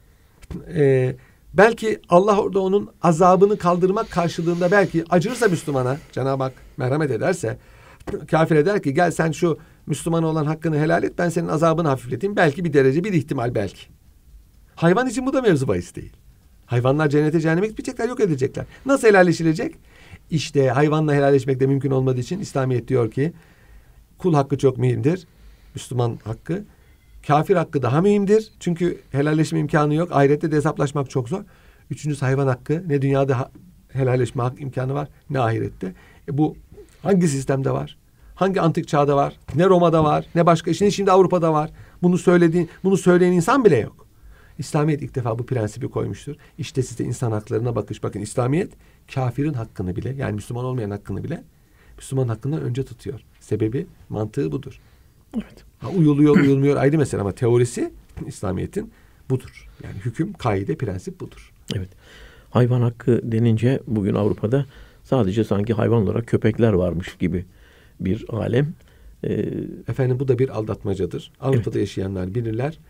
belki Allah orada onun azabını kaldırmak karşılığında belki acırsa Müslümana, Cenab-ı Hak merhamet ederse, kafire der ki gel sen şu Müslüman olan hakkını helal et, ben senin azabını hafifleteyim. Belki bir derece, bir ihtimal belki. Hayvan için bu da mevzu bahis değil. Hayvanlar cennete cehenneme gitmeyecekler, yok edilecekler. Nasıl helalleşilecek? İşte hayvanla helalleşmek de mümkün olmadığı için İslamiyet diyor ki kul hakkı çok mühimdir. Müslüman hakkı. Kafir hakkı daha mühimdir. Çünkü helalleşme imkanı yok. Ahirette de hesaplaşmak çok zor. Üçüncüsü hayvan hakkı. Ne dünyada helalleşme imkanı var, ne ahirette. Bu hangi sistemde var? Hangi antik çağda var? Ne Roma'da var? Ne başka? Şimdi Avrupa'da var. Bunu söyleyen insan bile yok. İslamiyet ilk defa bu prensibi koymuştur. İşte size insan haklarına bakış. Bakın İslamiyet kafirin hakkını bile, yani Müslüman olmayan hakkını bile Müslüman hakkından önce tutuyor. Sebebi, mantığı budur. Evet. Uyuluyor, uyulmuyor ayrı mesele ama teorisi İslamiyet'in budur. Yani hüküm, kaide, prensip budur. Evet. Hayvan hakkı denince bugün Avrupa'da sadece sanki hayvan olarak köpekler varmış gibi bir alem. Efendim bu da bir aldatmacadır. Avrupa'da yaşayanlar bilirler.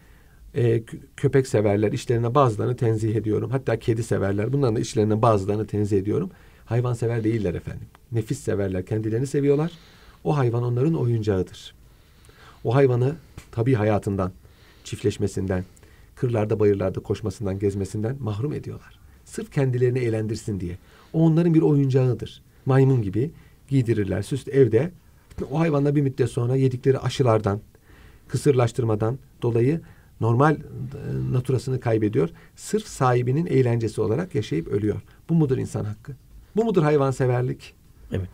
Köpek severler, işlerine bazılarını tenzih ediyorum. Hatta kedi severler. Bunların da işlerine bazılarını tenzih ediyorum. Hayvan sever değiller efendim. Nefis severler. Kendilerini seviyorlar. O hayvan onların oyuncağıdır. O hayvanı tabii hayatından, çiftleşmesinden, kırlarda bayırlarda koşmasından, gezmesinden mahrum ediyorlar. Sırf kendilerini eğlendirsin diye. O onların bir oyuncağıdır. Maymun gibi giydirirler. Evde o hayvanla bir müddet sonra yedikleri aşılardan, kısırlaştırmadan dolayı normal naturasını kaybediyor. Sırf sahibinin eğlencesi olarak yaşayıp ölüyor. Bu mudur insan hakkı? Bu mudur hayvanseverlik? Evet.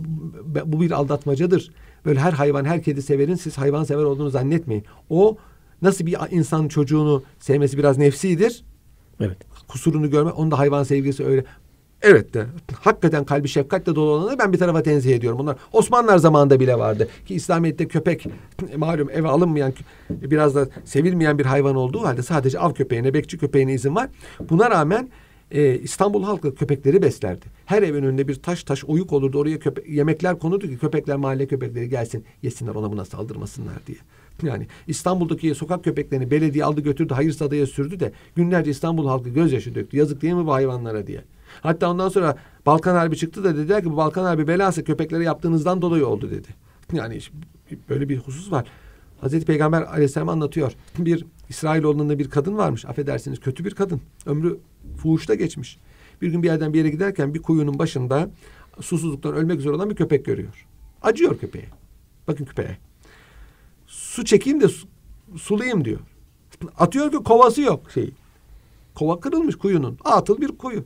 Bu bir aldatmacadır. Böyle her hayvan, her kedi severin siz hayvansever olduğunu zannetmeyin. O nasıl bir insan çocuğunu sevmesi biraz nefsidir. Evet. Kusurunu görme. Onun da hayvan sevgisi öyle. Evet de hakikaten kalbi şefkatle dolu olanları ben bir tarafa tenzih ediyorum. Bunlar Osmanlılar zamanında bile vardı. Ki İslamiyet'te köpek malum eve alınmayan, biraz da sevilmeyen bir hayvan olduğu halde sadece av köpeğine, bekçi köpeğine izin var. Buna rağmen İstanbul halkı köpekleri beslerdi. Her evin önünde bir taş oyuk olurdu. Oraya yemekler konurdu ki köpekler, mahalle köpekleri gelsin yesinler, ona buna saldırmasınlar diye. Yani İstanbul'daki sokak köpeklerini belediye aldı götürdü, Hayırsada'ya sürdü de günlerce İstanbul halkı gözyaşı döktü. Yazık değil mi bu hayvanlara diye. Hatta ondan sonra Balkan Harbi çıktı da dediler ki bu Balkan Harbi belası köpeklere yaptığınızdan dolayı oldu dedi. Yani böyle bir husus var. Hazreti Peygamber Aleyhisselam anlatıyor. Bir İsrailoğlu'nda bir kadın varmış. Affedersiniz, kötü bir kadın. Ömrü fuhuşta geçmiş. Bir gün bir yerden bir yere giderken bir kuyunun başında susuzluktan ölmek üzere olan bir köpek görüyor. Acıyor köpeğe. Bakın köpeğe. Su çekeyim de sulayayım diyor. Atıyor ki kovası yok. Kova kırılmış kuyunun. Atıl bir kuyu.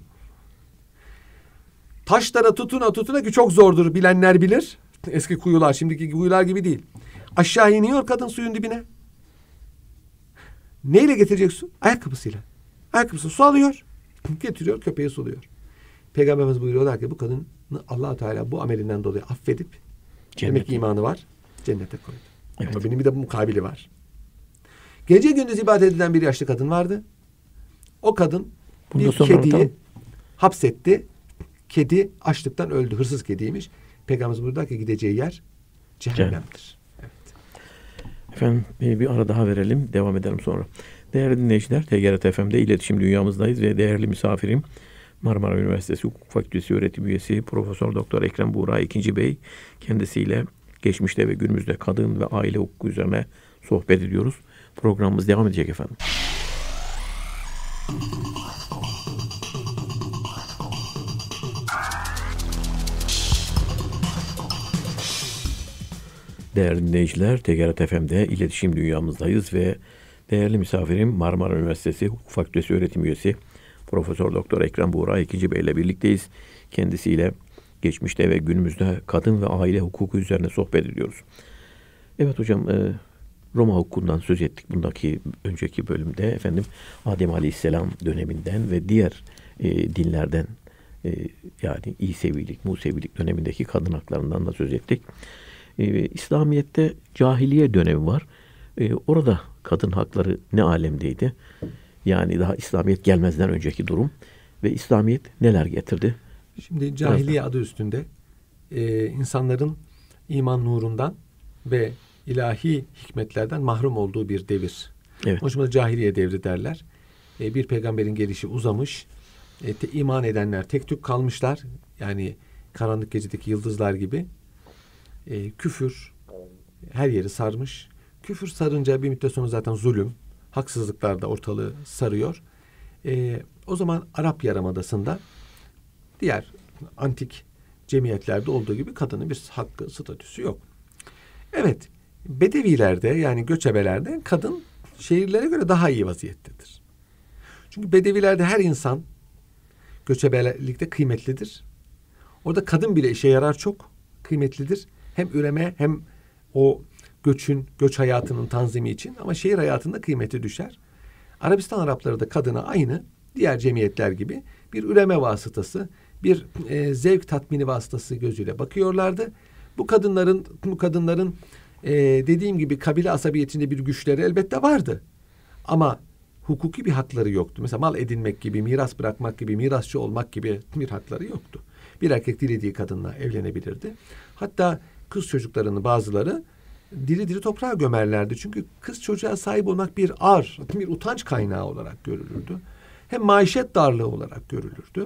Taşlara tutuna ki çok zordur, bilenler bilir. Eski kuyular, şimdiki kuyular gibi değil. Aşağı iniyor kadın suyun dibine. Neyle getirecek su? Ayakkabısıyla. Ayakkabısı su alıyor. Getiriyor, köpeği suluyor. Peygamberimiz buyuruyorlar ki bu kadını Allah-u Teala bu amelinden dolayı affedip demek ki imanı var, cennete koydu. Evet. Ama benim bir de bu mukabili var. Gece gündüz ibadet eden bir yaşlı kadın vardı. O kadın bir kediyi hapsetti. Kedi açlıktan öldü. Hırsız kediymiş. Peygamberimiz buyurdu ki gideceği yer cehennemdir. Evet. Efendim bir ara daha verelim. Devam edelim sonra. Değerli dinleyiciler, TGRT FM'de iletişim dünyamızdayız ve değerli misafirim Marmara Üniversitesi Hukuk Fakültesi öğretim üyesi Profesör Doktor Ekrem Buğra İkinci Bey. Kendisiyle geçmişte ve günümüzde kadın ve aile hukuku üzerine sohbet ediyoruz. Programımız devam edecek efendim. Değerli dinleyiciler, TGRT FM'de iletişim dünyamızdayız ve değerli misafirim Marmara Üniversitesi Hukuk Fakültesi öğretim üyesi Profesör Doktor Ekrem Buğra İkinci Bey ile birlikteyiz. Kendisiyle geçmişte ve günümüzde kadın ve aile hukuku üzerine sohbet ediyoruz. Evet hocam, Roma hukukundan söz ettik bundaki önceki bölümde. Efendim, Adem Aleyhisselam döneminden ve diğer dinlerden, yani İsevilik, Musevilik dönemindeki kadın haklarından da söz ettik. İslamiyet'te cahiliye dönemi var. Orada kadın hakları ne alemdeydi? Yani daha İslamiyet gelmezden önceki durum ve İslamiyet neler getirdi? Şimdi cahiliye adı üstünde insanların iman nurundan ve ilahi hikmetlerden mahrum olduğu bir devir. Evet. Hoşuma cahiliye devri derler. Bir peygamberin gelişi uzamış. İman edenler tek tük kalmışlar. Yani karanlık gecedeki yıldızlar gibi. Küfür her yeri sarmış. Küfür sarınca bir müddet sonra zaten zulüm, haksızlıklar da ortalığı sarıyor. O zaman Arap Yarımadası'nda diğer antik cemiyetlerde olduğu gibi kadının bir hakkı, statüsü yok. Evet, Bedevilerde yani göçebelerde kadın şehirlere göre daha iyi vaziyettedir. Çünkü Bedevilerde her insan göçebelikte kıymetlidir. Orada kadın bile işe yarar, çok kıymetlidir. Hem üreme hem o göç hayatının tanzimi için, ama şehir hayatında kıymeti düşer. Arabistan Arapları da kadına aynı diğer cemiyetler gibi bir üreme vasıtası, bir zevk tatmini vasıtası gözüyle bakıyorlardı. Bu kadınların dediğim gibi kabile asabiyetinde bir güçleri elbette vardı. Ama hukuki bir hakları yoktu. Mesela mal edinmek gibi, miras bırakmak gibi, mirasçı olmak gibi bir hakları yoktu. Bir erkek dilediği kadınla evlenebilirdi. Hatta kız çocuklarını bazıları diri diri toprağa gömerlerdi. Çünkü kız çocuğa sahip olmak bir ar, bir utanç kaynağı olarak görülürdü. Hem maişet darlığı olarak görülürdü.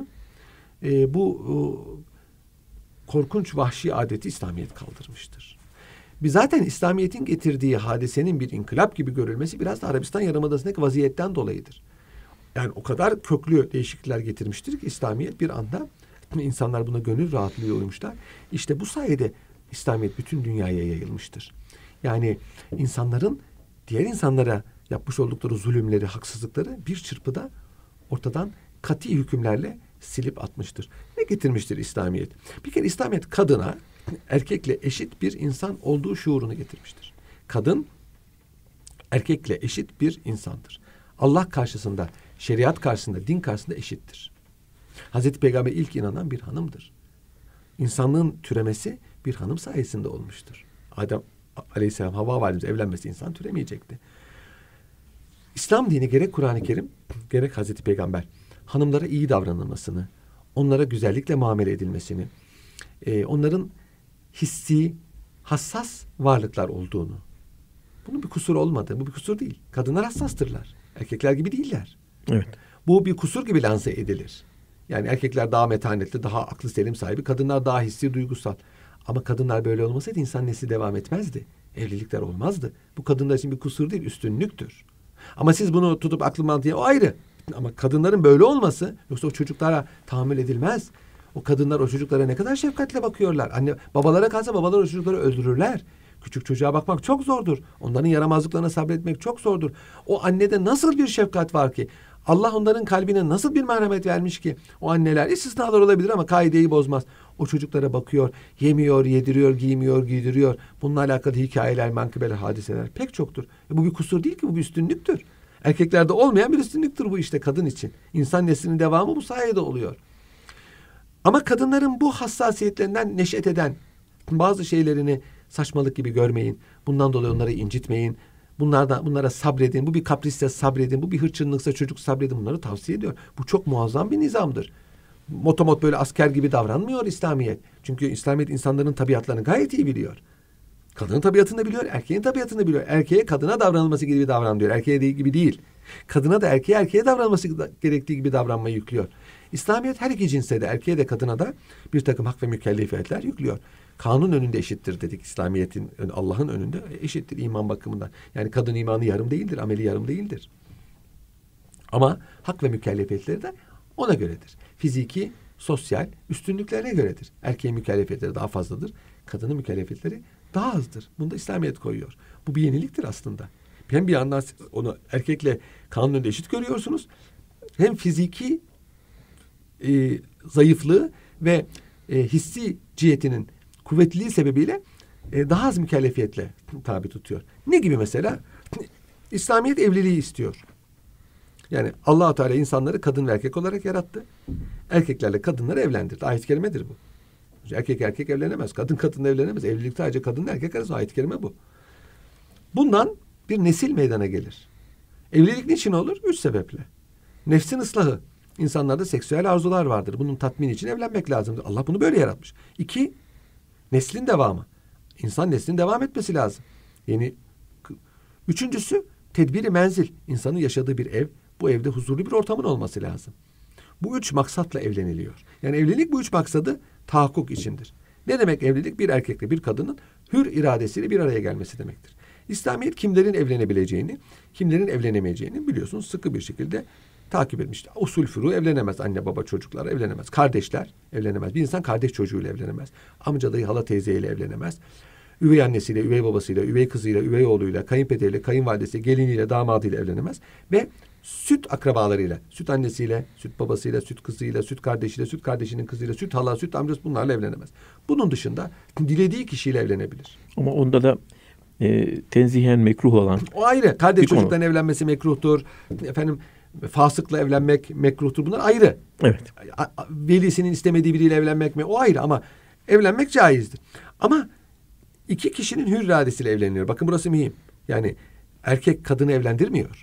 Bu korkunç vahşi adeti İslamiyet kaldırmıştır. Zaten İslamiyet'in getirdiği hadisenin bir inkılap gibi görülmesi biraz da Arabistan Yarımadası'ndaki vaziyetten dolayıdır. Yani o kadar köklü değişiklikler getirmiştir ki İslamiyet bir anda, insanlar buna gönül rahatlığıyla uymuşlar. İşte bu sayede İslamiyet bütün dünyaya yayılmıştır. Yani insanların diğer insanlara yapmış oldukları zulümleri, haksızlıkları bir çırpıda ortadan kati hükümlerle silip atmıştır. Ne getirmiştir İslamiyet? Bir kere İslamiyet kadına erkekle eşit bir insan olduğu şuurunu getirmiştir. Kadın erkekle eşit bir insandır. Allah karşısında, şeriat karşısında, din karşısında eşittir. Hazreti Peygamber ilk inanan bir hanımdır. İnsanlığın türemesi bir hanım sayesinde olmuştur. Adem Aleyhisselam, Havva validemiz evlenmesi insan türemeyecekti. İslam dini gerek Kur'an-ı Kerim gerek Hazreti Peygamber hanımlara iyi davranılmasını, onlara güzellikle muamele edilmesini, onların hissi, hassas varlıklar olduğunu, bunun bir kusur olmadığı, bu bir kusur değil. Kadınlar hassastırlar. Erkekler gibi değiller. Evet. Bu bir kusur gibi lanse edilir. Yani erkekler daha metanetli, daha aklı selim sahibi, kadınlar daha hissi, duygusal. Ama kadınlar böyle olmasaydı insan nesli devam etmezdi. Evlilikler olmazdı. Bu kadınlar için bir kusur değil, üstünlüktür. Ama siz bunu tutup aklı mantıya, o ayrı. Ama kadınların böyle olması, yoksa o çocuklara tahammül edilmez. O kadınlar o çocuklara ne kadar şefkatle bakıyorlar. Anne, babalara kalsa babalar o çocukları öldürürler. Küçük çocuğa bakmak çok zordur. Onların yaramazlıklarına sabretmek çok zordur. O annede nasıl bir şefkat var ki? Allah onların kalbine nasıl bir merhamet vermiş ki? O anneler istisnalar olabilir ama kaideyi bozmaz. O çocuklara bakıyor, yemiyor, yediriyor, giymiyor, giydiriyor. Bununla alakalı hikayeler, menkıbeler, hadiseler pek çoktur. Bu bir kusur değil ki, bu bir üstünlüktür. Erkeklerde olmayan bir üstünlüktür bu işte kadın için. İnsan neslinin devamı bu sayede oluyor. Ama kadınların bu hassasiyetlerinden neşet eden bazı şeylerini saçmalık gibi görmeyin. Bundan dolayı onları incitmeyin. Bunlara sabredin. Bu bir kaprisse sabredin. Bu bir hırçınlıksa çocuk sabredin. Bunları tavsiye ediyor. Bu çok muazzam bir nizamdır. Motomot böyle asker gibi davranmıyor İslamiyet. Çünkü İslamiyet insanların tabiatlarını gayet iyi biliyor. Kadının tabiatını da biliyor, erkeğin tabiatını da biliyor. Erkeğe kadına davranılması gibi davran diyor. Erkeğe gibi değil. Kadına da erkeğe davranılması gerektiği gibi davranmayı yüklüyor. İslamiyet her iki cinse de, erkeğe de kadına da bir takım hak ve mükellefiyetler yüklüyor. Kanun önünde eşittir dedik. İslamiyet'in, Allah'ın önünde eşittir iman bakımından. Yani kadın imanı yarım değildir, ameli yarım değildir. Ama hak ve mükellefiyetleri de ona göredir. Fiziki, sosyal üstünlüklerine göredir. Erkeğin mükellefiyetleri daha fazladır. Kadının mükellefiyetleri daha azdır. Bunu da İslamiyet koyuyor. Bu bir yeniliktir aslında. Hem bir yandan onu erkekle kanun önünde eşit görüyorsunuz. Hem fiziki zayıflığı ve hissi cihetinin kuvvetliliği sebebiyle daha az mükellefiyetle tabi tutuyor. Ne gibi mesela? İslamiyet evliliği istiyor. Yani Allah-u Teala insanları kadın ve erkek olarak yarattı. Erkeklerle kadınları evlendirdi. Ayet-i kerimedir bu. Erkek erkek evlenemez. Kadın kadınla evlenemez. Evlilik sadece kadınla erkek arasında, ayet-i kerime bu. Bundan bir nesil meydana gelir. Evlilik niçin olur? 3 sebeple. Nefsin ıslahı. İnsanlarda seksüel arzular vardır. Bunun tatmini için evlenmek lazımdır. Allah bunu böyle yaratmış. 2, neslin devamı. İnsan neslin devam etmesi lazım. Üçüncüsü, tedbiri menzil. İnsanın yaşadığı bir ev. Bu evde huzurlu bir ortamın olması lazım. Bu 3 maksatla evleniliyor. Yani evlilik bu 3 maksadı tahakkuk içindir. Ne demek evlilik? Bir erkekle bir kadının hür iradesiyle bir araya gelmesi demektir. İslamiyet kimlerin evlenebileceğini, kimlerin evlenemeyeceğini biliyorsunuz sıkı bir şekilde takip etmiştir. Usul furu evlenemez. Anne baba çocuklar evlenemez. Kardeşler evlenemez. Bir insan kardeş çocuğuyla evlenemez. Amca dayı hala teyzeyle evlenemez. Üvey annesiyle, üvey babasıyla, üvey kızıyla, üvey oğluyla, kayınpederiyle, kayınvalidesiyle, geliniyle, damadıyla evlenemez. Ve süt akrabalarıyla, süt annesiyle, süt babasıyla, süt kızıyla, süt kardeşiyle, süt kardeşinin kızıyla, süt hala, süt amcası bunlarla evlenemez. Bunun dışında dilediği kişiyle evlenebilir. Ama onda da tenzihen mekruh olan. O ayrı. Kardeş bir çocukların konu. evlenmesi mekruhtur. Efendim fasıkla evlenmek mekruhtur. Bunlar ayrı. Evet. Velisinin istemediği biriyle evlenmek mi? O ayrı ama evlenmek caizdir. Ama 2 kişinin hür iradesiyle evleniyor. Bakın burası mühim. Yani erkek kadını evlendirmiyor.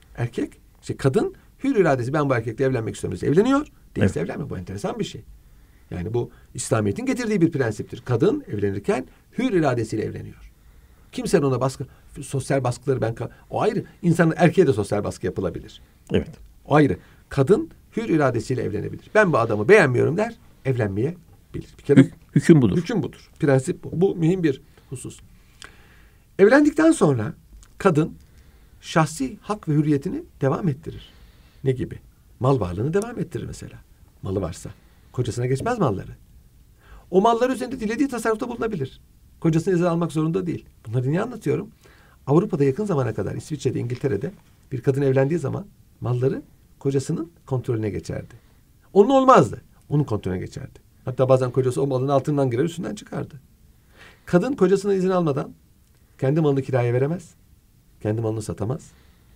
Kadın hür iradesi, ben bu erkekle evlenmek istiyorum. Evleniyor. Değilse evlenme. Bu enteresan bir şey. Yani bu İslamiyet'in getirdiği bir prensiptir. Kadın evlenirken hür iradesiyle evleniyor. Kimsenin ona sosyal baskıları o ayrı. İnsanın erkeğe de sosyal baskı yapılabilir. Evet. O ayrı. Kadın hür iradesiyle evlenebilir. Ben bu adamı beğenmiyorum der, evlenmeyebilir. Bir kere hüküm budur. Hüküm budur. Prensip bu. Bu mühim bir husus. Evlendikten sonra kadın şahsi hak ve hürriyetini devam ettirir. Ne gibi? Mal varlığını devam ettirir mesela. Malı varsa. Kocasına geçmez malları. O mallar üzerinde dilediği tasarrufta bulunabilir. Kocasını izin almak zorunda değil. Bunları niye anlatıyorum? Avrupa'da yakın zamana kadar, İsviçre'de, İngiltere'de bir kadın evlendiği zaman malları kocasının kontrolüne geçerdi. Onun olmazdı. Onun kontrolüne geçerdi. Hatta bazen kocası o malın altından girer, üstünden çıkardı. Kadın kocasına izin almadan kendi malını kiraya veremez. Kendi malını satamaz.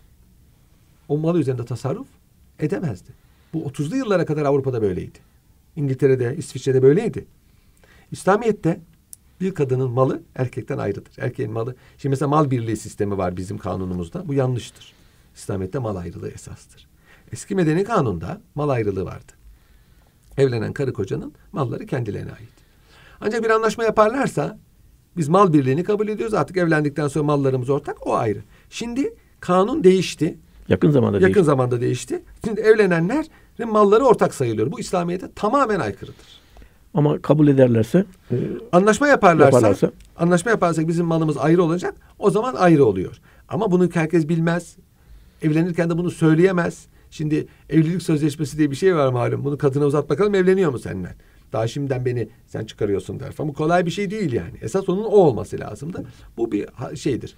O malı üzerinde tasarruf edemezdi. Bu 30'lu yıllara kadar Avrupa'da böyleydi. İngiltere'de, İsviçre'de böyleydi. İslamiyet'te bir kadının malı erkekten ayrıdır. Erkeğin malı. Şimdi mesela mal birliği sistemi var bizim kanunumuzda. Bu yanlıştır. İslamiyet'te mal ayrılığı esastır. Eski medeni kanunda mal ayrılığı vardı. Evlenen karı kocanın malları kendilerine ait. Ancak bir anlaşma yaparlarsa biz mal birliğini kabul ediyoruz. Artık evlendikten sonra mallarımız ortak. O ayrı. Şimdi kanun değişti. Yakın zamanda değişti. Şimdi evlenenlerin malları ortak sayılıyor. Bu İslamiyet'e tamamen aykırıdır. Ama kabul ederlerse anlaşma yaparsak bizim malımız ayrı olacak. O zaman ayrı oluyor. Ama bunu herkes bilmez. Evlenirken de bunu söyleyemez. Şimdi evlilik sözleşmesi diye bir şey var malum. Bunu kadına uzat bakalım, evleniyor mu seninle? Daha şimdiden beni sen çıkarıyorsun der. Ama kolay bir şey değil yani. Esas onun o olması lazımdı. Bu bir şeydir.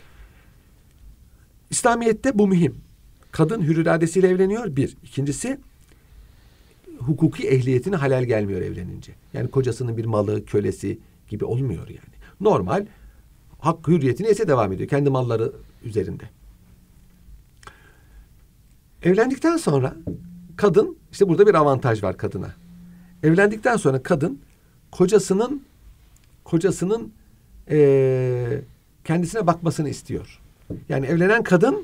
İslamiyet'te bu mühim. Kadın hür iradesiyle evleniyor. Bir. İkincisi, hukuki ehliyetine halal gelmiyor evlenince. Yani kocasının bir malı, kölesi gibi olmuyor yani. Normal hak hürriyetine ise devam ediyor. Kendi malları üzerinde. Evlendikten sonra kadın, işte burada bir avantaj var kadına. Evlendikten sonra kadın kocasının kendisine bakmasını istiyor. Yani evlenen kadın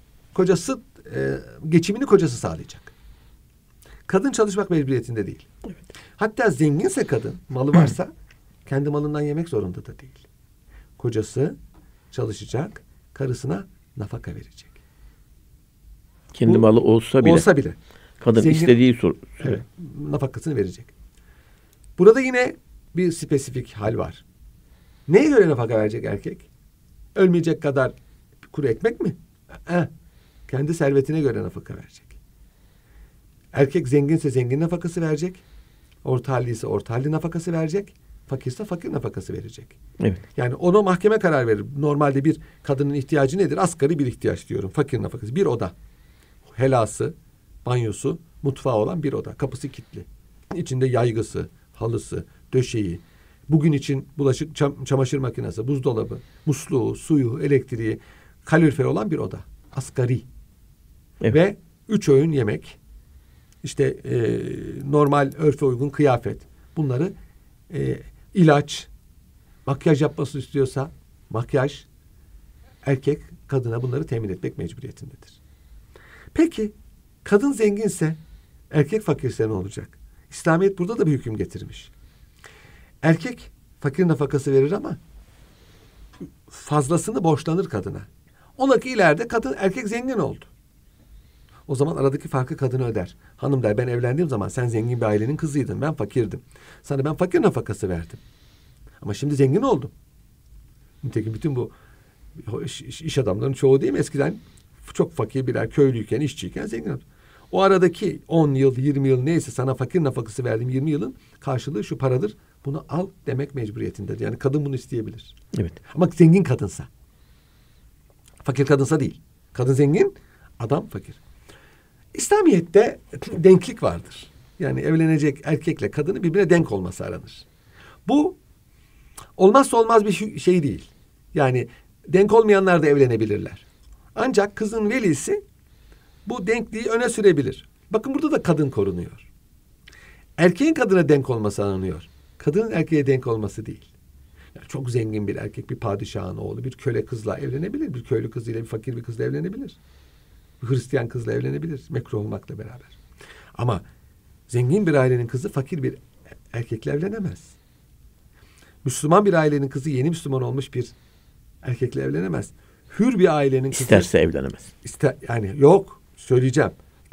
geçimini kocası sağlayacak. Kadın çalışmak mecburiyetinde değil. Evet. Hatta zenginse kadın, malı varsa kendi malından yemek zorunda da değil. Kocası çalışacak, karısına nafaka verecek. Kendi malı olsa bile. Kadın Zengin, istediği evet, nafakasını verecek. Burada yine bir spesifik hal var. Neye göre nafaka verecek erkek? Ölmeyecek kadar kuru ekmek mi? Kendi servetine göre nafaka verecek. Erkek zenginse zengin nafakası verecek. Orta halliyse orta halli nafakası verecek. Fakirse fakir nafakası verecek. Evet. Yani ona mahkeme karar verir. Normalde bir kadının ihtiyacı nedir? Asgari bir ihtiyaç diyorum. Fakir nafakası. Bir oda. Helası, banyosu, mutfağı olan bir oda. Kapısı kilitli. İçinde yaygısı, halısı, döşeği, bugün için bulaşık, çamaşır makinesi, buzdolabı, musluğu, suyu, elektriği, kaloriferi olan bir oda. Asgari. Evet. Ve 3 öğün yemek. İşte normal örfe uygun kıyafet. Bunları ilaç, makyaj yapması istiyorsa makyaj, erkek kadına bunları temin etmek mecburiyetindedir. Peki kadın zenginse, erkek fakirse ne olacak? İslamiyet burada da bir hüküm getirmiş. Erkek fakir nafakası verir ama fazlasını borçlanır kadına. Ola ki ileride erkek zengin oldu. O zaman aradaki farkı kadın öder. Hanım der, ben evlendiğim zaman sen zengin bir ailenin kızıydın, ben fakirdim. Sana ben fakir nafakası verdim. Ama şimdi zengin oldum. Nitekim bütün bu iş adamlarının çoğu değil mi? Eskiden çok fakir birer köylüyken, işçiyken zengin oldu. O aradaki 10 yıl, 20 yıl neyse sana fakir nafakası verdim 20 yılın karşılığı şu paradır. Bunu al demek mecburiyetindedir. Yani kadın bunu isteyebilir. Evet. Ama zengin kadınsa. Fakir kadınsa değil. Kadın zengin, adam fakir. İslamiyet'te denklik vardır. Yani evlenecek erkekle kadının birbirine denk olması aranır. Bu olmazsa olmaz bir şey değil. Yani denk olmayanlar da evlenebilirler. Ancak kızın velisi bu denkliği öne sürebilir. Bakın burada da kadın korunuyor. Erkeğin kadına denk olması aranıyor. Kadının erkeğe denk olması değil. Yani çok zengin bir erkek, bir padişahın oğlu, bir köle kızla evlenebilir. Bir köylü kızıyla, bir fakir bir kızla evlenebilir. Bir Hristiyan kızla evlenebilir. Mekruh olmakla beraber. Ama zengin bir ailenin kızı fakir bir erkekle evlenemez. Müslüman bir ailenin kızı yeni Müslüman olmuş bir erkekle evlenemez. Hür bir ailenin kızı... İsterse evlenemez. Yani yok, söyleyeceğim.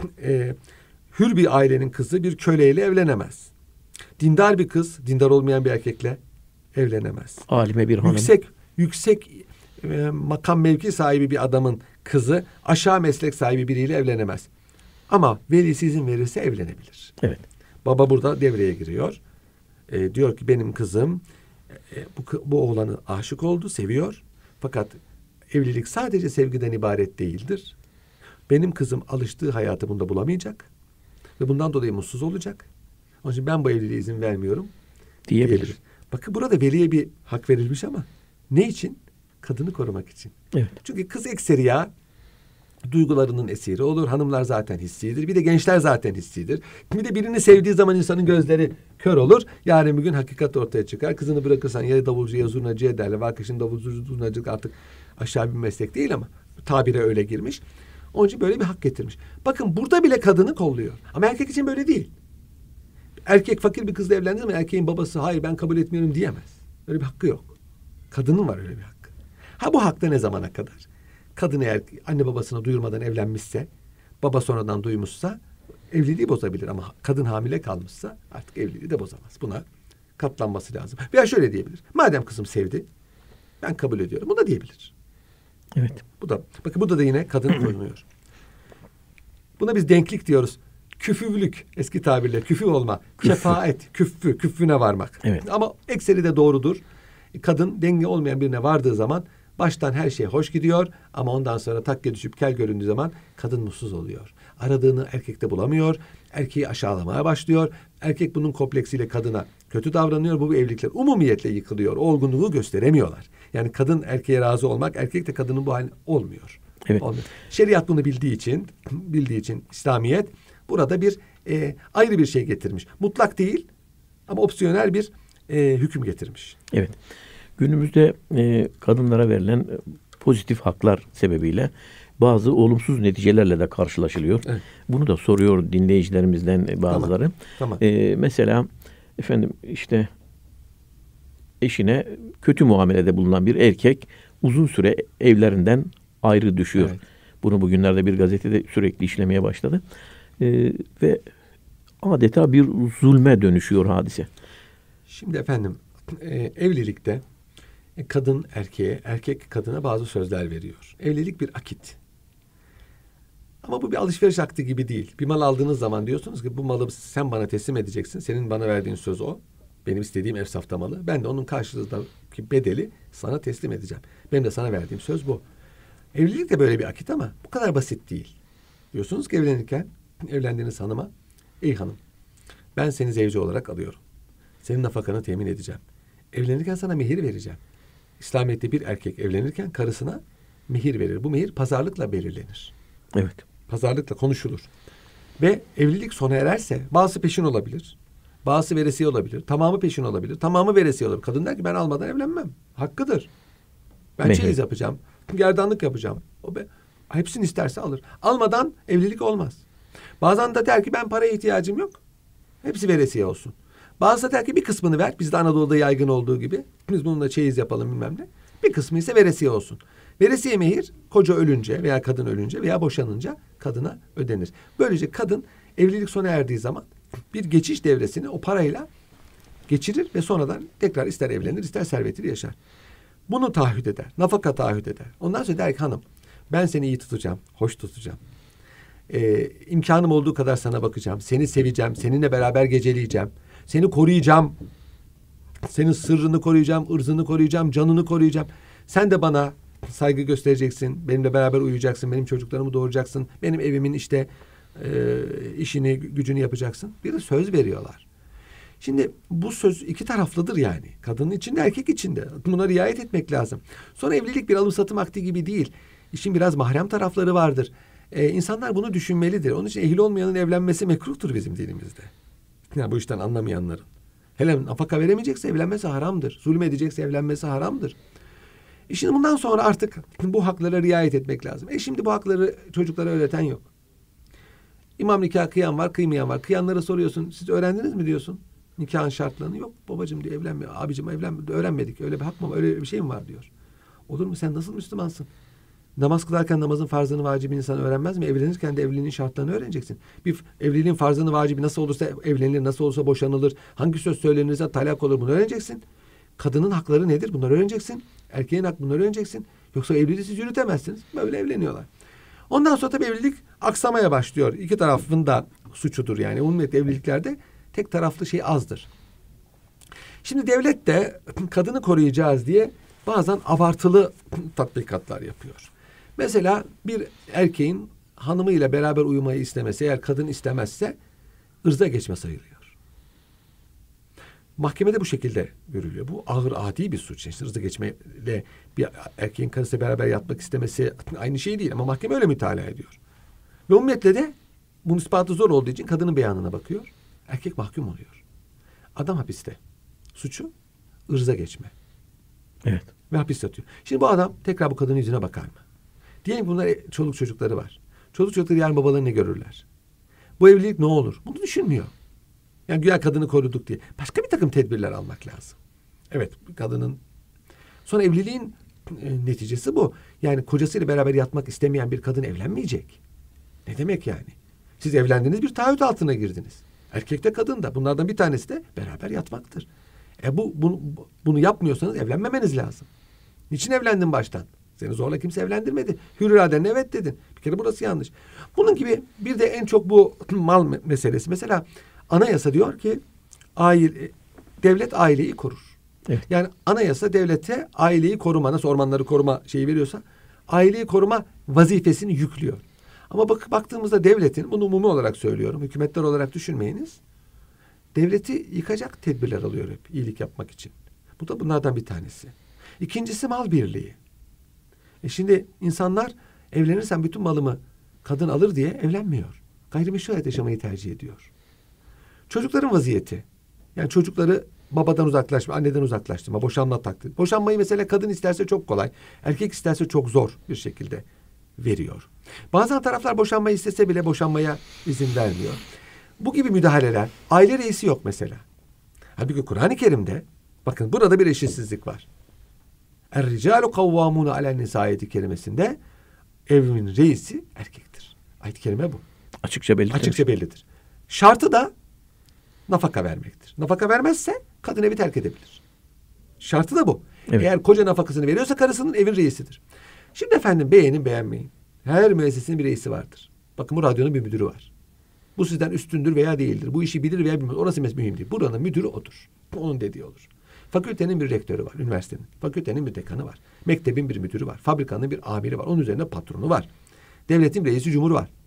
Hür bir ailenin kızı bir köleyle evlenemez. Dindar bir kız, dindar olmayan bir erkekle evlenemez. Alime bir hanım. Yüksek makam mevki sahibi bir adamın kızı aşağı meslek sahibi biriyle evlenemez. Ama velisi izin verirse evlenebilir. Evet. Baba burada devreye giriyor. Diyor ki benim kızım bu oğlanı aşık oldu, seviyor. Fakat evlilik sadece sevgiden ibaret değildir. Benim kızım alıştığı hayatı bunda bulamayacak. Ve bundan dolayı mutsuz olacak. Onun için ben bu evliliğe izin vermiyorum diyebilir. Bakın burada veliye bir hak verilmiş ama ne için? Kadını korumak için. Evet. Çünkü kız ekseriya duygularının esiri olur. Hanımlar zaten hissidir. Bir de gençler zaten hissidir. Bir de birini sevdiği zaman insanın gözleri kör olur. Yarın bir gün hakikat ortaya çıkar. Kızını bırakırsan ya davulcu ya zurnacı derler. Vakı şimdi davulcu zurnacılık artık aşağı bir meslek değil ama tabire öyle girmiş. Onun için böyle bir hak getirmiş. Bakın burada bile kadını kolluyor. Ama erkek için böyle değil. Erkek fakir bir kızla evlendiği zaman erkeğin babası hayır ben kabul etmiyorum diyemez. Öyle bir hakkı yok. Kadının var öyle bir hakkı. Ha bu hak da ne zamana kadar? Kadın eğer anne babasına duyurmadan evlenmişse, baba sonradan duymuşsa evliliği bozabilir. Ama kadın hamile kalmışsa artık evliliği de bozamaz. Buna katlanması lazım. Veya şöyle diyebilir. Madem kızım sevdi, ben kabul ediyorum. Bu da diyebilir. Evet. Bakın burada da yine kadın korunuyor. Buna biz denklik diyoruz. Küfüvlük eski tabirle küfü olma, kefaet, küffüne varmak. Evet. Ama ekseri de doğrudur. Kadın denge olmayan birine vardığı zaman baştan her şey hoş gidiyor ama ondan sonra takke düşüp kel göründüğü zaman kadın mutsuz oluyor. Aradığını erkekte bulamıyor. Erkeği aşağılamaya başlıyor. Erkek bunun kompleksiyle kadına kötü davranıyor. Bu evlilikler umumiyetle yıkılıyor. Olgunluğu gösteremiyorlar. Yani kadın erkeğe razı olmak, erkek de kadının bu haline olmuyor. Evet. Olmuyor. Şeriat bunu bildiği için İslamiyet burada bir ayrı bir şey getirmiş. Mutlak değil ama opsiyonel bir hüküm getirmiş. Evet. Günümüzde kadınlara verilen pozitif haklar sebebiyle bazı olumsuz neticelerle de karşılaşılıyor. Evet. Bunu da soruyor dinleyicilerimizden bazıları. Tamam. Mesela efendim işte eşine kötü muamelede bulunan bir erkek uzun süre evlerinden ayrı düşüyor. Evet. Bunu bugünlerde bir gazetede sürekli işlemeye başladı. Ve adeta bir zulme dönüşüyor hadise. Şimdi efendim evlilikte kadın erkeğe, erkek kadına bazı sözler veriyor. Evlilik bir akit. Ama bu bir alışveriş akdı gibi değil. Bir mal aldığınız zaman diyorsunuz ki bu malı sen bana teslim edeceksin. Senin bana verdiğin söz o. Benim istediğim ev safta malı. Ben de onun karşılığındaki bedeli sana teslim edeceğim. Benim de sana verdiğim söz bu. Evlilik de böyle bir akit ama bu kadar basit değil. Diyorsunuz ki evlenirken evlendiğiniz hanıma, ey hanım, ben seni zevci olarak alıyorum. Senin nafakanı temin edeceğim. Evlenirken sana mehir vereceğim. İslamiyet'te bir erkek evlenirken karısına mehir verir. Bu mehir pazarlıkla belirlenir. Evet. Pazarlıkla konuşulur. Ve evlilik sona ererse bazısı peşin olabilir. Bazısı veresiye olabilir. Tamamı peşin olabilir. Tamamı veresiye olabilir. Kadın der ki ben almadan evlenmem. Hakkıdır. Ben Mehir. çeyiz yapacağım. Gerdanlık yapacağım. Hepsini isterse alır. Almadan evlilik olmaz. Bazen de der ki ben paraya ihtiyacım yok. Hepsi veresiye olsun. Bazısı der ki bir kısmını ver. Bizde Anadolu'da yaygın olduğu gibi. Biz bununla çeyiz yapalım bilmem ne. Bir kısmı ise veresiye olsun. Veresiye mehir koca ölünce veya kadın ölünce veya boşanınca kadına ödenir. Böylece kadın evlilik sona erdiği zaman bir geçiş devresini o parayla geçirir ve sonradan tekrar ister evlenir ister servetiyle yaşar. Bunu taahhüt eder. Nafaka taahhüt eder. Ondan sonra der ki hanım ben seni iyi tutacağım, hoş tutacağım. İmkanım olduğu kadar sana bakacağım. Seni seveceğim, seninle beraber geceleyeceğim. Seni koruyacağım. Senin sırrını koruyacağım, ırzını koruyacağım, canını koruyacağım. Sen de bana saygı göstereceksin. Benimle beraber uyuyacaksın. Benim çocuklarımı doğuracaksın. Benim evimin işte işini, gücünü yapacaksın. Bir de söz veriyorlar. Şimdi bu söz iki taraflıdır yani. Kadının içinde, erkek içinde. Buna riayet etmek lazım. Sonra evlilik bir alım satım akdi gibi değil. İşin biraz mahrem tarafları vardır. İnsanlar bunu düşünmelidir. Onun için ehil olmayanın evlenmesi mekruhtur bizim dinimizde. Yani bu işten anlamayanların. Hele nafaka veremeyecekse evlenmesi haramdır. Zulmedecekse evlenmesi haramdır. Şimdi bundan sonra artık bu haklara riayet etmek lazım. Şimdi bu hakları çocuklara öğreten yok. İmam nikah kıyan var, kıymayan var. Kıyanlara soruyorsun. Siz öğrendiniz mi diyorsun? Nikahın şartlarını. Yok babacığım diyor evlenme. Abicim öğrenmedik. Öyle bir hak mı? Öyle bir şey mi var diyor. Olur mu? Sen nasıl Müslümansın? Namaz kılarken namazın farzını, vacibini insan öğrenmez mi? Evlenirken de evliliğin şartlarını öğreneceksin. Bir evliliğin farzını, vacibi nasıl olursa evlenilir, nasıl olursa boşanılır. Hangi söz söylenirse talak olur bunu öğreneceksin. Kadının hakları nedir? Bunları öğreneceksin. Erkeğin hakkı bunları öğreneceksin. Yoksa evliliği siz yürütemezsiniz. Böyle evleniyorlar. Ondan sonra tabii evlilik aksamaya başlıyor. İki tarafın da suçudur yani. Umumiyet evliliklerde tek taraflı şey azdır. Şimdi devlet de kadını koruyacağız diye bazen abartılı tatbikatlar yapıyor. Mesela bir erkeğin hanımıyla beraber uyumayı istemesi, eğer kadın istemezse ırza geçme sayılıyor. Mahkemede bu şekilde görülüyor. Bu ağır adi bir suç. İşte ırza geçmeyle bir erkeğin karısıyla beraber yatmak istemesi aynı şey değil ama mahkeme öyle mütalaa ediyor. Ve umumiyetle de bunun ispatı zor olduğu için kadının beyanına bakıyor. Erkek mahkum oluyor. Adam hapiste. Suçu ırza geçme. Evet. Ve hapis yatıyor. Şimdi bu adam tekrar bu kadının yüzüne bakar mı? Diyelim bunlar çoluk çocukları var. Çoluk çocukları yarın babalarını görürler. Bu evlilik ne olur? Bunu düşünmüyor. Yani güya kadını koruduk diye. Başka bir takım tedbirler almak lazım. Evet kadının. Sonra evliliğin neticesi bu. Yani kocasıyla beraber yatmak istemeyen bir kadın evlenmeyecek. Ne demek yani? Siz evlendiniz, bir taahhüt altına girdiniz. Erkek de kadın da. Bunlardan bir tanesi de beraber yatmaktır. Bunu yapmıyorsanız evlenmemeniz lazım. Niçin evlendin baştan? Seni zorla kimse evlendirmedi. Hür iradenle evet dedin. Bir kere burası yanlış. Bunun gibi bir de en çok bu mal meselesi. Mesela anayasa diyor ki devlet aileyi korur. Evet. Yani anayasa devlete aileyi koruma, nasıl ormanları koruma şeyi veriyorsa aileyi koruma vazifesini yüklüyor. Ama baktığımızda devletin, bunu umumi olarak söylüyorum, hükümetler olarak düşünmeyiniz. Devleti yıkacak tedbirler alıyor hep iyilik yapmak için. Bu da bunlardan bir tanesi. İkincisi mal birliği. Şimdi insanlar evlenirsen bütün malımı kadın alır diye evlenmiyor. Gayrimeşru hayat yaşamayı tercih ediyor. Çocukların vaziyeti. Yani çocukları babadan uzaklaşma, anneden uzaklaştırma, boşanma takdir. Boşanmayı mesela kadın isterse çok kolay, erkek isterse çok zor bir şekilde veriyor. Bazen taraflar boşanmayı istese bile boşanmaya izin vermiyor. Bu gibi müdahaleler, aile reisi yok mesela. Halbuki Kur'an-ı Kerim'de bakın burada bir eşitsizlik var. Er-ricalu kavvamune alen nisa ayeti kerimesinde evin reisi erkektir. Ayet-i kerime bu. Açıkça belli. Açıkça bellidir. Şartı da nafaka vermektir. Nafaka vermezse kadın evi terk edebilir. Şartı da bu. Evet. Eğer koca nafakasını veriyorsa karısının evin reisidir. Şimdi efendim beğenin beğenmeyin. Her müessesenin bir reisi vardır. Bakın bu radyonun bir müdürü var. Bu sizden üstündür veya değildir. Bu işi bilir veya bilmez. Orası mühim değil. Buranın müdürü odur. Onun dediği olur. Fakültenin bir rektörü var. Üniversitenin. Fakültenin bir dekanı var. Mektebin bir müdürü var. Fabrikanın bir amiri var. Onun üzerinde patronu var. Devletin reisi cumhur var.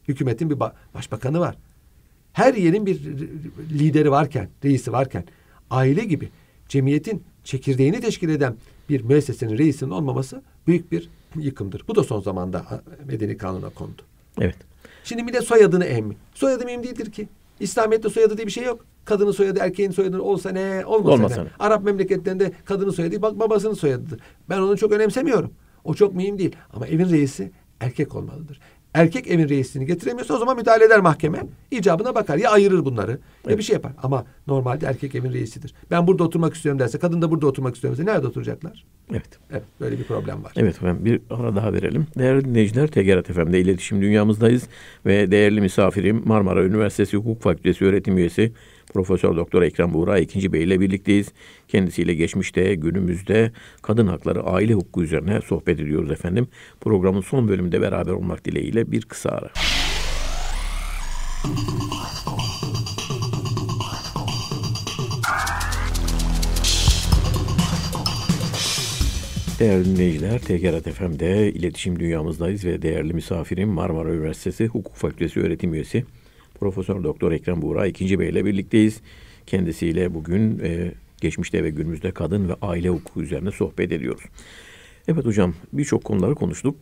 Hükümetin bir başbakanı var. Her yerin bir lideri varken, reisi varken, aile gibi cemiyetin çekirdeğini teşkil eden bir müessesenin reisinin olmaması büyük bir yıkımdır. Bu da son zamanda medeni kanuna kondu. Evet. Şimdi millet soyadını emmi. Soyadı mühim değildir ki. İslamiyet'te soyadı diye bir şey yok. Kadının soyadı erkeğin soyadı olsa ne, olmasa ne. Arap memleketlerinde kadının soyadı babasının soyadıdır. Ben onu çok önemsemiyorum. O çok mühim değil. Ama evin reisi erkek olmalıdır. Erkek evin reisini getiremiyorsa o zaman müdahale eder mahkeme. İcabına bakar. Ya ayırır bunları ya bir şey yapar. Ama normalde erkek evin reisidir. Ben burada oturmak istiyorum derse, kadın da burada oturmak istiyorum derse nerede oturacaklar? Evet. Evet, böyle bir problem var. Evet efendim, bir ara daha verelim. Değerli dinleyiciler, TGRT FM'de iletişim dünyamızdayız ve değerli misafirim Marmara Üniversitesi Hukuk Fakültesi öğretim üyesi Profesör Doktor Ekrem Buğra İkinci Bey ile birlikteyiz. Kendisiyle geçmişte, günümüzde kadın hakları, aile hukuku üzerine sohbet ediyoruz efendim. Programın son bölümünde beraber olmak dileğiyle bir kısa ara. Değerli dinleyiciler, TGRT FM'de iletişim dünyamızdayız ve değerli misafirim Marmara Üniversitesi Hukuk Fakültesi öğretim üyesi Profesör Doktor Ekrem Buğra İkinci Bey ile birlikteyiz. Kendisiyle bugün geçmişte ve günümüzde kadın ve aile hukuku üzerine sohbet ediyoruz. Evet hocam, birçok konuları konuştuk.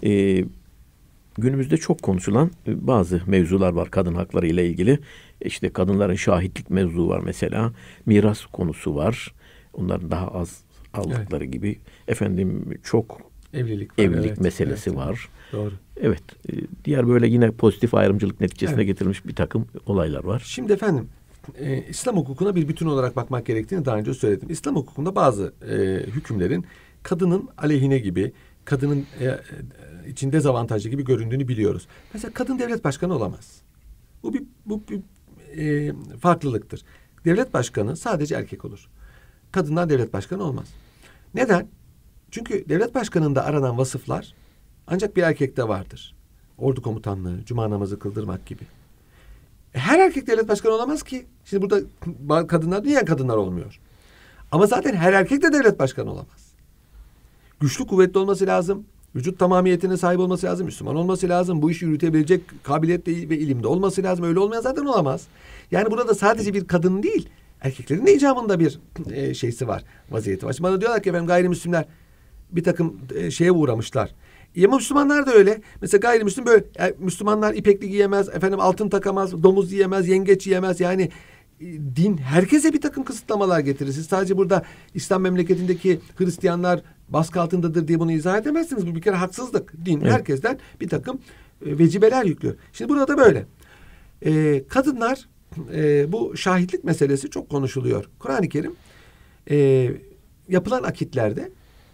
Günümüzde çok konuşulan bazı mevzular var kadın hakları ile ilgili. İşte kadınların şahitlik mevzu var mesela. Miras konusu var. Onların daha az aldıkları gibi. Efendim çok evlilik evet, meselesi var. Doğru. Evet. Diğer böyle yine pozitif ayrımcılık neticesine getirilmiş bir takım olaylar var. Şimdi efendim İslam hukukuna bir bütün olarak bakmak gerektiğini daha önce söyledim. İslam hukukunda bazı hükümlerin kadının aleyhine gibi, kadının için dezavantajlı gibi göründüğünü biliyoruz. Mesela kadın devlet başkanı olamaz. Bu bir farklılıktır. Devlet başkanı sadece erkek olur. Kadından devlet başkanı olmaz. Neden? Çünkü devlet başkanında aranan vasıflar ancak bir erkekte vardır. Ordu komutanlığı, cuma namazı kıldırmak gibi. Her erkek devlet başkanı olamaz ki. Şimdi burada kadınlar, diyen kadınlar olmuyor. Ama zaten her erkek de devlet başkanı olamaz. Güçlü, kuvvetli olması lazım. Vücut tamamiyetine sahip olması lazım. Müslüman olması lazım. Bu işi yürütebilecek kabiliyette ve ilimde olması lazım. Öyle olmayan zaten olamaz. Yani burada sadece bir kadın değil, erkeklerin de icabında bir şeysi var, vaziyeti var. Şimdi bana diyorlar ki efendim gayrimüslimler bir takım şeye uğramışlar. Ama Müslümanlar da öyle. Mesela gayrimüslim böyle. Yani Müslümanlar ipekli giyemez, efendim altın takamaz, domuz yiyemez, yengeç yiyemez. Yani din herkese bir takım kısıtlamalar getirir. Siz sadece burada İslam memleketindeki Hristiyanlar baskı altındadır diye bunu izah edemezsiniz. Bu bir kere haksızlık. Din herkesten bir takım vecibeler yüklüyor. Şimdi burada da böyle. Kadınlar bu şahitlik meselesi çok konuşuluyor. Kur'an-ı Kerim yapılan akitlerde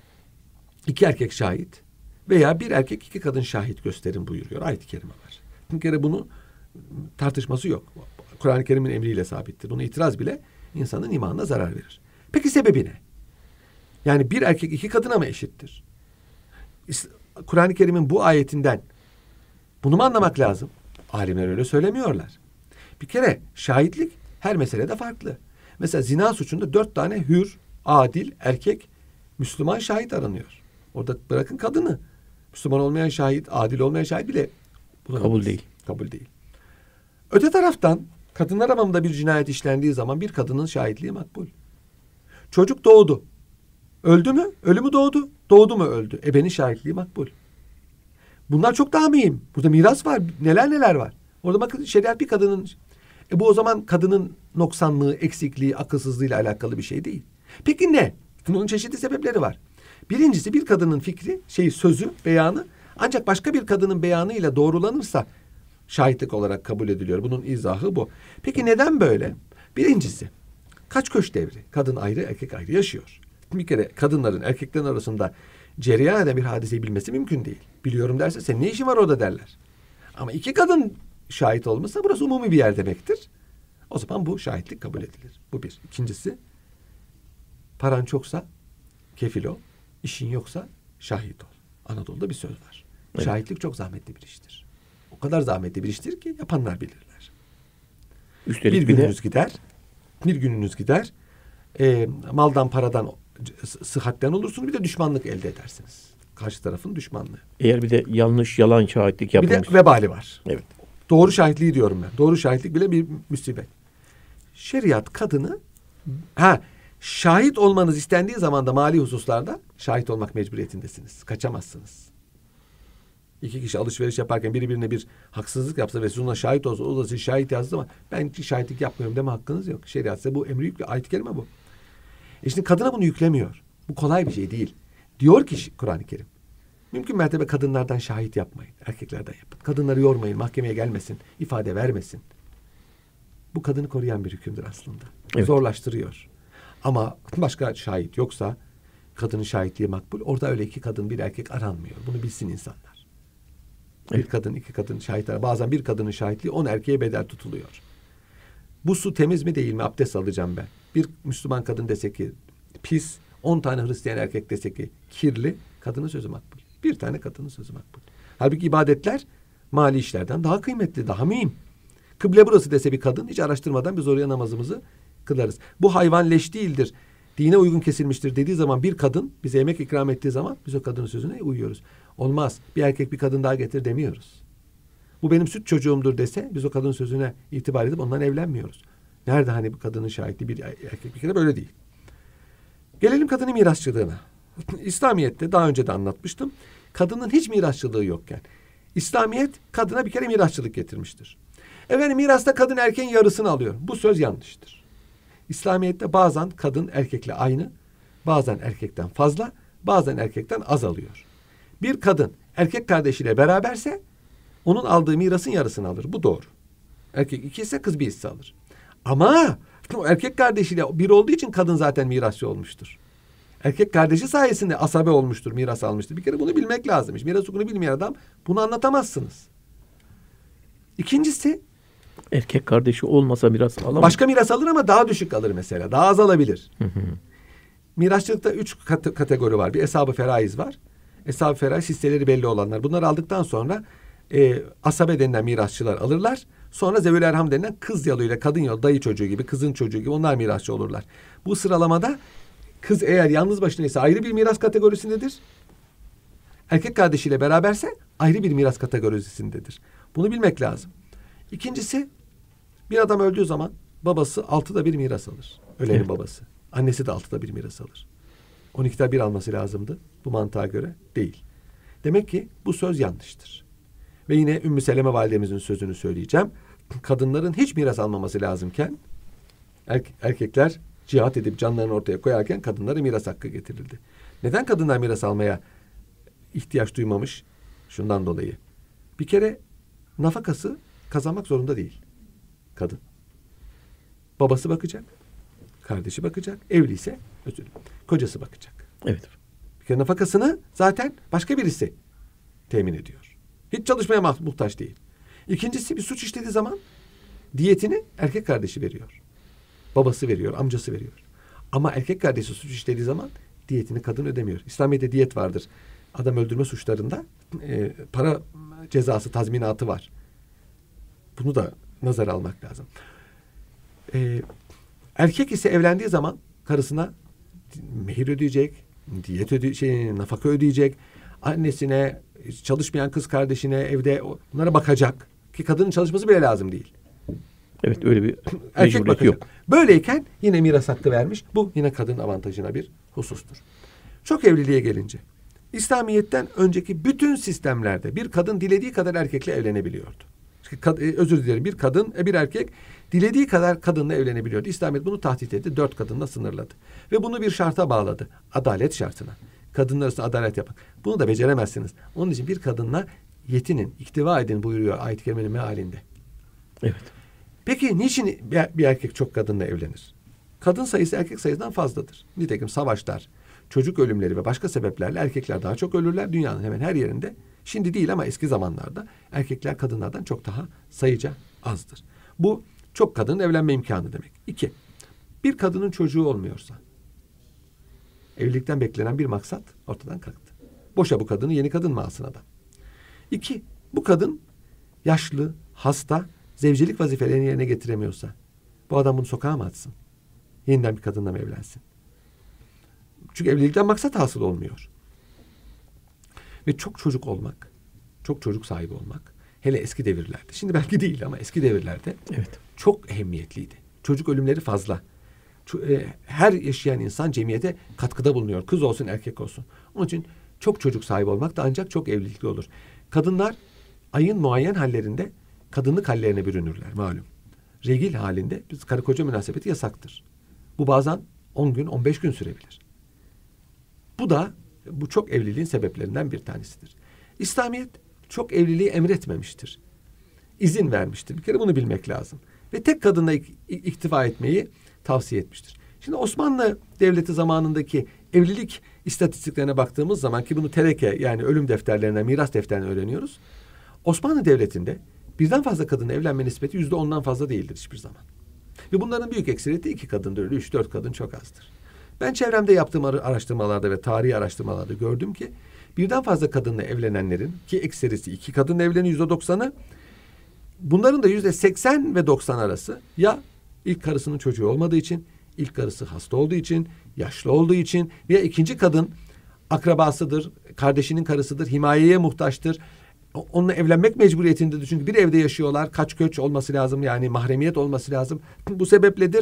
2 erkek şahit veya 1 erkek 2 kadın şahit gösterin buyuruyor. Ayet-i kerime var. Bir kere bunun tartışması yok. Kur'an-ı Kerim'in emriyle sabittir. Buna itiraz bile insanın imanına zarar verir. Peki sebebi ne? Yani 1 erkek 2 kadına mı eşittir? Kur'an-ı Kerim'in bu ayetinden bunu mu anlamak lazım? Alimler öyle söylemiyorlar. Bir kere şahitlik her meselede farklı. Mesela zina suçunda 4 tane hür, adil, erkek, Müslüman şahit aranıyor. Orada bırakın kadını. Müslüman olmayan şahit, adil olmayan şahit bile kabul değil. Kabul değil. Öte taraftan kadınlar hamamında bir cinayet işlendiği zaman bir kadının şahitliği makbul. Çocuk doğdu. Öldü mü? Ölü mü doğdu? Doğdu mu öldü? Ebenin şahitliği makbul. Bunlar çok daha mühim. Burada miras var. Neler var. Orada bakın şeriat bir kadının... bu o zaman kadının noksanlığı, eksikliği, akılsızlığıyla alakalı bir şey değil. Peki ne? Bunun çeşitli sebepleri var. Birincisi bir kadının fikri, sözü, beyanı ancak başka bir kadının beyanıyla doğrulanırsa şahitlik olarak kabul ediliyor. Bunun izahı bu. Peki neden böyle? Birincisi kaç köş devri. Kadın ayrı, erkek ayrı yaşıyor. Bir kere kadınların erkeklerin arasında cereyan eden bir hadiseyi bilmesi mümkün değil. Biliyorum derse senin ne işin var orada derler. Ama 2 kadın şahit olmasa burası umumi bir yer demektir. O zaman bu şahitlik kabul edilir. Bu bir. İkincisi paran çoksa kefil ol. İşin yoksa şahit ol. Anadolu'da bir söz var. Evet. Şahitlik çok zahmetli bir iştir. O kadar zahmetli bir iştir ki yapanlar bilirler. Üstelik bir gününüz gider. Maldan, paradan, sıhhatten olursunuz. Bir de düşmanlık elde edersiniz. Karşı tarafın düşmanlığı. Eğer bir de yanlış, yalan şahitlik yapılmış. Bir de vebali var. Evet. Doğru şahitliği diyorum ben. Doğru şahitlik bile bir musibet. Şeriat kadını şahit olmanız istendiği zaman da mali hususlarda şahit olmak mecburiyetindesiniz. Kaçamazsınız. İki kişi alışveriş yaparken biri birine bir haksızlık yapsa ve siz ona şahit olsa, o da size şahit yazdı ama ben şahitlik yapmıyorum deme hakkınız yok. Şeriat size bu emri yüklüyor. Ayet-i kerime bu. Şimdi kadına bunu yüklemiyor. Bu kolay bir şey değil. Diyor ki Kur'an-ı Kerim, mümkün mertebe kadınlardan şahit yapmayın. Erkeklerden yapın. Kadınları yormayın. Mahkemeye gelmesin. İfade vermesin. Bu kadını koruyan bir hükümdür aslında. Evet. Zorlaştırıyor. Ama başka şahit yoksa kadının şahitliği makbul. Orada öyle iki kadın bir erkek aranmıyor. Bunu bilsin insanlar. Evet. Bir kadın iki kadın şahitler. Bazen bir kadının şahitliği 10 erkeğe bedel tutuluyor. Bu su temiz mi değil mi? Abdest alacağım ben. Bir Müslüman kadın dese ki pis, 10 tane Hristiyan erkek dese ki kirli, kadının sözü makbul. Bir tane kadının sözü makbul. Halbuki ibadetler mali işlerden daha kıymetli, daha mühim. Kıble burası dese bir kadın, hiç araştırmadan biz oraya namazımızı kılarız. Bu hayvan leş değildir, dine uygun kesilmiştir dediği zaman bir kadın bize yemek ikram ettiği zaman biz o kadının sözüne uyuyoruz. Olmaz. Bir erkek bir kadın daha getir demiyoruz. Bu benim süt çocuğumdur dese biz o kadının sözüne itibar edip ondan evlenmiyoruz. Nerede hani bu kadının şahitliği, bir erkek bir kere böyle değil. Gelelim kadının mirasçılığına. İslamiyet'te daha önce de anlatmıştım. Kadının hiç mirasçılığı yokken İslamiyet kadına bir kere mirasçılık getirmiştir. Efendim mirasta kadın erkeğin yarısını alıyor. Bu söz yanlıştır. İslamiyet'te bazen kadın erkekle aynı, bazen erkekten fazla, bazen erkekten az alıyor. Bir kadın erkek kardeşiyle beraberse onun aldığı mirasın yarısını alır. Bu doğru. Erkek 2 ise kız 1 hisse alır. Ama o erkek kardeşiyle bir olduğu için kadın zaten mirasçı olmuştur. Erkek kardeşi sayesinde asabe olmuştur, miras almıştır. Bir kere bunu bilmek lazım. Miras hukukunu bilmeyen adam bunu anlatamazsınız. İkincisi, erkek kardeşi olmasa miras alamaz. Başka miras alır ama daha düşük alır mesela. Daha az alabilir. Mirasçılıkta 3 kategori var. Bir eshab-ı feraiz var. Eshab-ı feraiz hisseleri belli olanlar. Bunları aldıktan sonra asabe denilen mirasçılar alırlar. Sonra zevül erham denilen kız yoluyla kadın yolu, dayı çocuğu gibi, kızın çocuğu gibi onlar mirasçı olurlar. Bu sıralamada kız eğer yalnız başınaysa ayrı bir miras kategorisindedir. Erkek kardeşiyle beraberse ayrı bir miras kategorisindedir. Bunu bilmek lazım. İkincisi, bir adam öldüğü zaman babası 6'da 1 miras alır. Ölenin Evet. babası. Annesi de 6'da 1 miras alır. 12'de 1 alması lazımdı. Bu mantığa göre değil. Demek ki bu söz yanlıştır. Ve yine Ümmü Seleme validemizin sözünü söyleyeceğim. Kadınların hiç miras almaması lazımken erkekler cihat edip canlarını ortaya koyarken kadınlara miras hakkı getirildi. Neden kadınlar miras almaya ihtiyaç duymamış? Şundan dolayı. Bir kere nafakası kazanmak zorunda değil kadın. Babası bakacak, kardeşi bakacak, evliyse kocası bakacak. Evet. Bir kere nafakasını zaten başka birisi temin ediyor. Hiç çalışmaya muhtaç değil. İkincisi, bir suç işlediği zaman diyetini erkek kardeşi veriyor. Babası veriyor, amcası veriyor. Ama erkek kardeşi suç işlediği zaman diyetini kadın ödemiyor. İslamiyet'te diyet vardır. Adam öldürme suçlarında para cezası, tazminatı var. Bunu da nazara almak lazım. Erkek ise evlendiği zaman karısına mehir ödeyecek, diyet nafaka ödeyecek, annesine, çalışmayan kız kardeşine evde bunlara bakacak. Ki kadının çalışması bile lazım değil. Evet, öyle bir Erkek mecburiyet bakacak. yok. Böyleyken yine miras hakkı vermiş. Bu yine kadın avantajına bir husustur. Çok evliliğe gelince, İslamiyet'ten önceki bütün sistemlerde bir kadın dilediği kadar erkekle evlenebiliyordu. Özür dilerim, bir kadın, bir erkek dilediği kadar kadınla evlenebiliyordu. İslamiyet bunu tahdit etti, 4 kadınla sınırladı. Ve bunu bir şarta bağladı. Adalet şartına. Kadınlar arasında adalet yapın. Bunu da beceremezsiniz. Onun için bir kadınla yetinin, iktiva edin buyuruyor ayet-i kerimenin mealinde. Evet. Peki niçin bir erkek çok kadınla evlenir? Kadın sayısı erkek sayısından fazladır. Nitekim savaşlar, çocuk ölümleri ve başka sebeplerle erkekler daha çok ölürler. Dünyanın hemen her yerinde. Şimdi değil ama eski zamanlarda erkekler kadınlardan çok daha sayıca azdır. Bu çok kadının evlenme imkanı demek. 2. Bir kadının çocuğu olmuyorsa evlilikten beklenen bir maksat ortadan kalktı. Boşa bu kadını, yeni kadın mı alsın adam? 2. Bu kadın yaşlı, hasta, zevcilik vazifelerini yerine getiremiyorsa bu adam bunu sokağa mı atsın? Yeniden bir kadınla mı evlensin? Çünkü evlilikten maksat hasıl olmuyor. Ve çok çocuk olmak, çok çocuk sahibi olmak Hele eski devirlerde. Şimdi belki değil ama eski devirlerde Evet. çok ehemmiyetliydi. Çocuk ölümleri fazla. Her yaşayan insan cemiyete katkıda bulunuyor. Kız olsun erkek olsun. Onun için çok çocuk sahibi olmak da ancak çok evlilikli olur. Kadınlar ayın muayyen hallerinde kadınlık hallerine bürünürler malum. Regil halinde biz karı koca münasebeti yasaktır. Bu bazen 10 gün 15 gün sürebilir. Bu çok evliliğin sebeplerinden bir tanesidir. İslamiyet çok evliliği emretmemiştir. İzin vermiştir. Bir kere bunu bilmek lazım. Ve tek kadınla iktifa etmeyi tavsiye etmiştir. Şimdi Osmanlı Devleti zamanındaki evlilik istatistiklerine baktığımız zaman ki bunu tereke yani ölüm defterlerinden, miras defterlerinden öğreniyoruz. Osmanlı Devleti'nde birden fazla kadınla evlenme nispeti %10'dan fazla değildir hiçbir zaman. Ve bunların büyük ekseriyeti 2 kadındır. Öyle 3-4 kadın çok azdır. Ben çevremde yaptığım araştırmalarda ve tarihi araştırmalarda gördüm ki birden fazla kadınla evlenenlerin ki ekserisi 2 kadınla evleniyor %90'ı bunların da %80 ve 90 arası ya ilk karısının çocuğu olmadığı için, ilk karısı hasta olduğu için, yaşlı olduğu için veya ikinci kadın akrabasıdır, kardeşinin karısıdır, himayeye muhtaçtır. Onunla evlenmek mecburiyetindedir. Çünkü bir evde yaşıyorlar. Kaç göç olması lazım. Yani mahremiyet olması lazım. Bu sebepledir.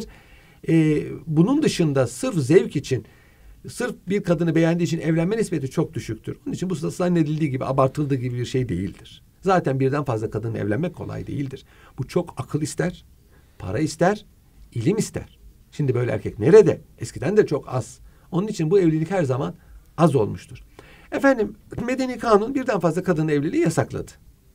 Bunun dışında sırf zevk için, sırf bir kadını beğendiği için evlenme nispeti çok düşüktür. Onun için bu zannedildiği gibi, abartıldığı gibi bir şey değildir. Zaten birden fazla kadınla evlenmek kolay değildir. Bu çok akıl ister, para ister, ilim ister. Şimdi böyle erkek nerede? Eskiden de çok az. Onun için bu evlilik her zaman az olmuştur. Efendim medeni kanun birden fazla kadın evliliği yasakladı.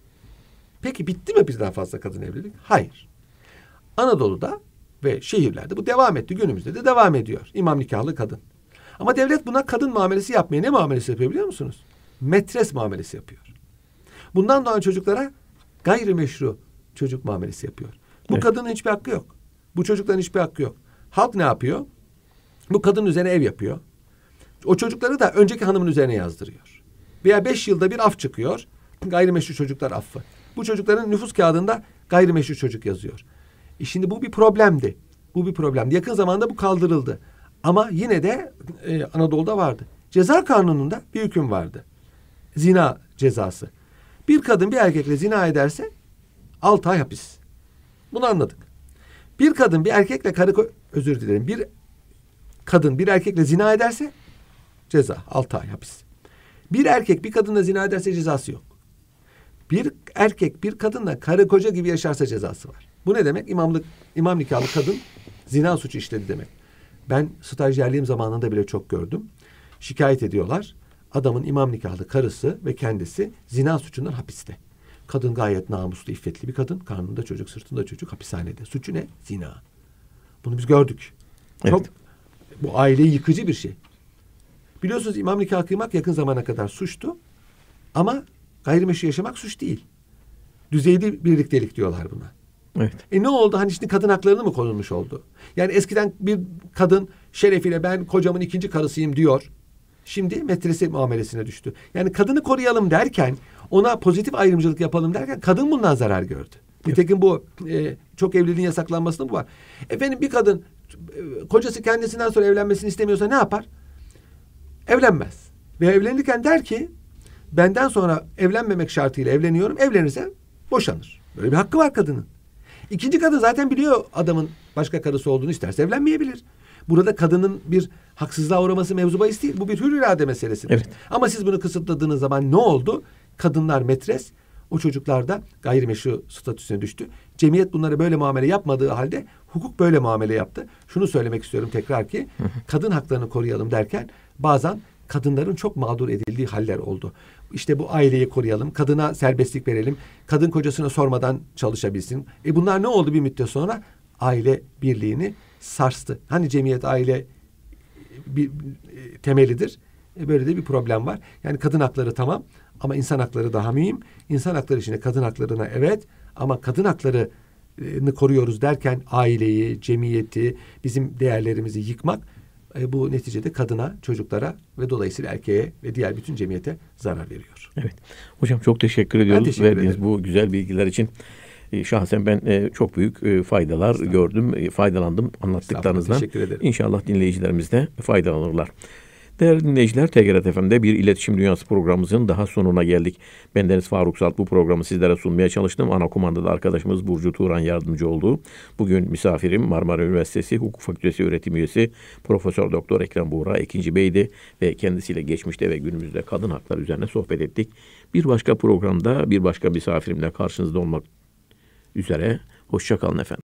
Peki bitti mi birden fazla kadın evlilik? Hayır. Anadolu'da ve şehirlerde bu devam etti. Günümüzde de devam ediyor. İmam nikahlı kadın. Ama devlet buna kadın muamelesi yapmıyor. Ne muamelesi yapıyor biliyor musunuz? Metres muamelesi yapıyor. Bundan doğan çocuklara gayrimeşru çocuk muamelesi yapıyor. Bu Evet. kadının hiçbir hakkı yok. Bu çocukların hiçbir hakkı yok. Halk ne yapıyor? Bu kadının üzerine ev yapıyor. O çocukları da önceki hanımın üzerine yazdırıyor. Veya 5 yılda bir af çıkıyor. Gayrimeşru çocuklar affı. Bu çocukların nüfus kağıdında gayrimeşru çocuk yazıyor. Şimdi bu bir problemdi. Bu bir problemdi. Yakın zamanda bu kaldırıldı. Ama yine de Anadolu'da vardı. Ceza kanununda bir hüküm vardı. Zina cezası. Bir kadın bir erkekle zina ederse 6 ay hapis. Bunu anladık. Bir kadın bir erkekle bir kadın bir erkekle zina ederse ceza 6 ay hapis. Bir erkek bir kadınla zina ederse cezası yok. Bir erkek bir kadınla karı koca gibi yaşarsa cezası var. Bu ne demek? İmam nikahlı kadın zina suçu işledi demek. Ben stajyerliğim zamanında bile çok gördüm. Şikayet ediyorlar. Adamın imam nikahlı karısı ve kendisi zina suçundan hapiste. Kadın gayet namuslu, iffetli bir kadın. Karnında çocuk, sırtında çocuk, hapishanede. Suçu ne? Zina. Bunu biz gördük. Evet. Bu aileyi yıkıcı bir şey. Biliyorsunuz imam nikahı kıymak yakın zamana kadar suçtu. Ama gayrimeşru yaşamak suç değil. Düzeyli birliktelik diyorlar buna. Evet. Ne oldu? Hani şimdi kadın haklarını mı konulmuş oldu? Yani eskiden bir kadın şerefiyle ben kocamın ikinci karısıyım diyor. Şimdi metresi muamelesine düştü. Yani kadını koruyalım derken, ona pozitif ayrımcılık yapalım derken kadın bundan zarar gördü. Nitekim bu çok evliliğin yasaklanmasında bu var. Efendim bir kadın kocası kendisinden sonra evlenmesini istemiyorsa ne yapar? Evlenmez. Ve evlenirken der ki benden sonra evlenmemek şartıyla evleniyorum. Evlenirse boşanır. Böyle bir hakkı var kadının. İkinci kadın zaten biliyor adamın başka karısı olduğunu, isterse evlenmeyebilir. Burada kadının bir haksızlığa uğraması mevzu bahis değil. Bu bir hür irade meselesidir. Evet. Ama siz bunu kısıtladığınız zaman ne oldu? Kadınlar metres, o çocuklar da gayrimeşru statüsüne düştü. Cemiyet bunlara böyle muamele yapmadığı halde hukuk böyle muamele yaptı. Şunu söylemek istiyorum tekrar ki kadın haklarını koruyalım derken bazen kadınların çok mağdur edildiği haller oldu. İşte bu aileyi koruyalım, kadına serbestlik verelim, kadın kocasına sormadan çalışabilsin. Bunlar ne oldu bir müddet sonra? Aile birliğini sarstı. Hani cemiyet aile bir temelidir. Böyle de bir problem var. Yani kadın hakları tamam ama insan hakları daha mühim. İnsan hakları içinde kadın haklarına evet ama kadın haklarını koruyoruz derken aileyi, cemiyeti, bizim değerlerimizi yıkmak bu neticede kadına, çocuklara ve dolayısıyla erkeğe ve diğer bütün cemiyete zarar veriyor. Evet. Hocam çok teşekkür ediyoruz teşekkür verdiğiniz ederim. bu güzel bilgiler için. Şahsen ben çok büyük faydalar gördüm, faydalandım anlattıklarınızdan. Teşekkür ederim. İnşallah dinleyicilerimiz de faydalanırlar. Değerli dinleyiciler, TGRT FM'de bir İletişim Dünyası programımızın daha sonuna geldik. Bendeniz Faruk Salt bu programı sizlere sunmaya çalıştım. Ana kumandada arkadaşımız Burcu Turan yardımcı oldu. Bugün misafirim Marmara Üniversitesi Hukuk Fakültesi öğretim üyesi Profesör Doktor Ekrem Buğra Ekinci Bey'di ve kendisiyle geçmişte ve günümüzde kadın hakları üzerine sohbet ettik. Bir başka programda bir başka misafirimle karşınızda olmak üzere. Hoşça kalın efendim.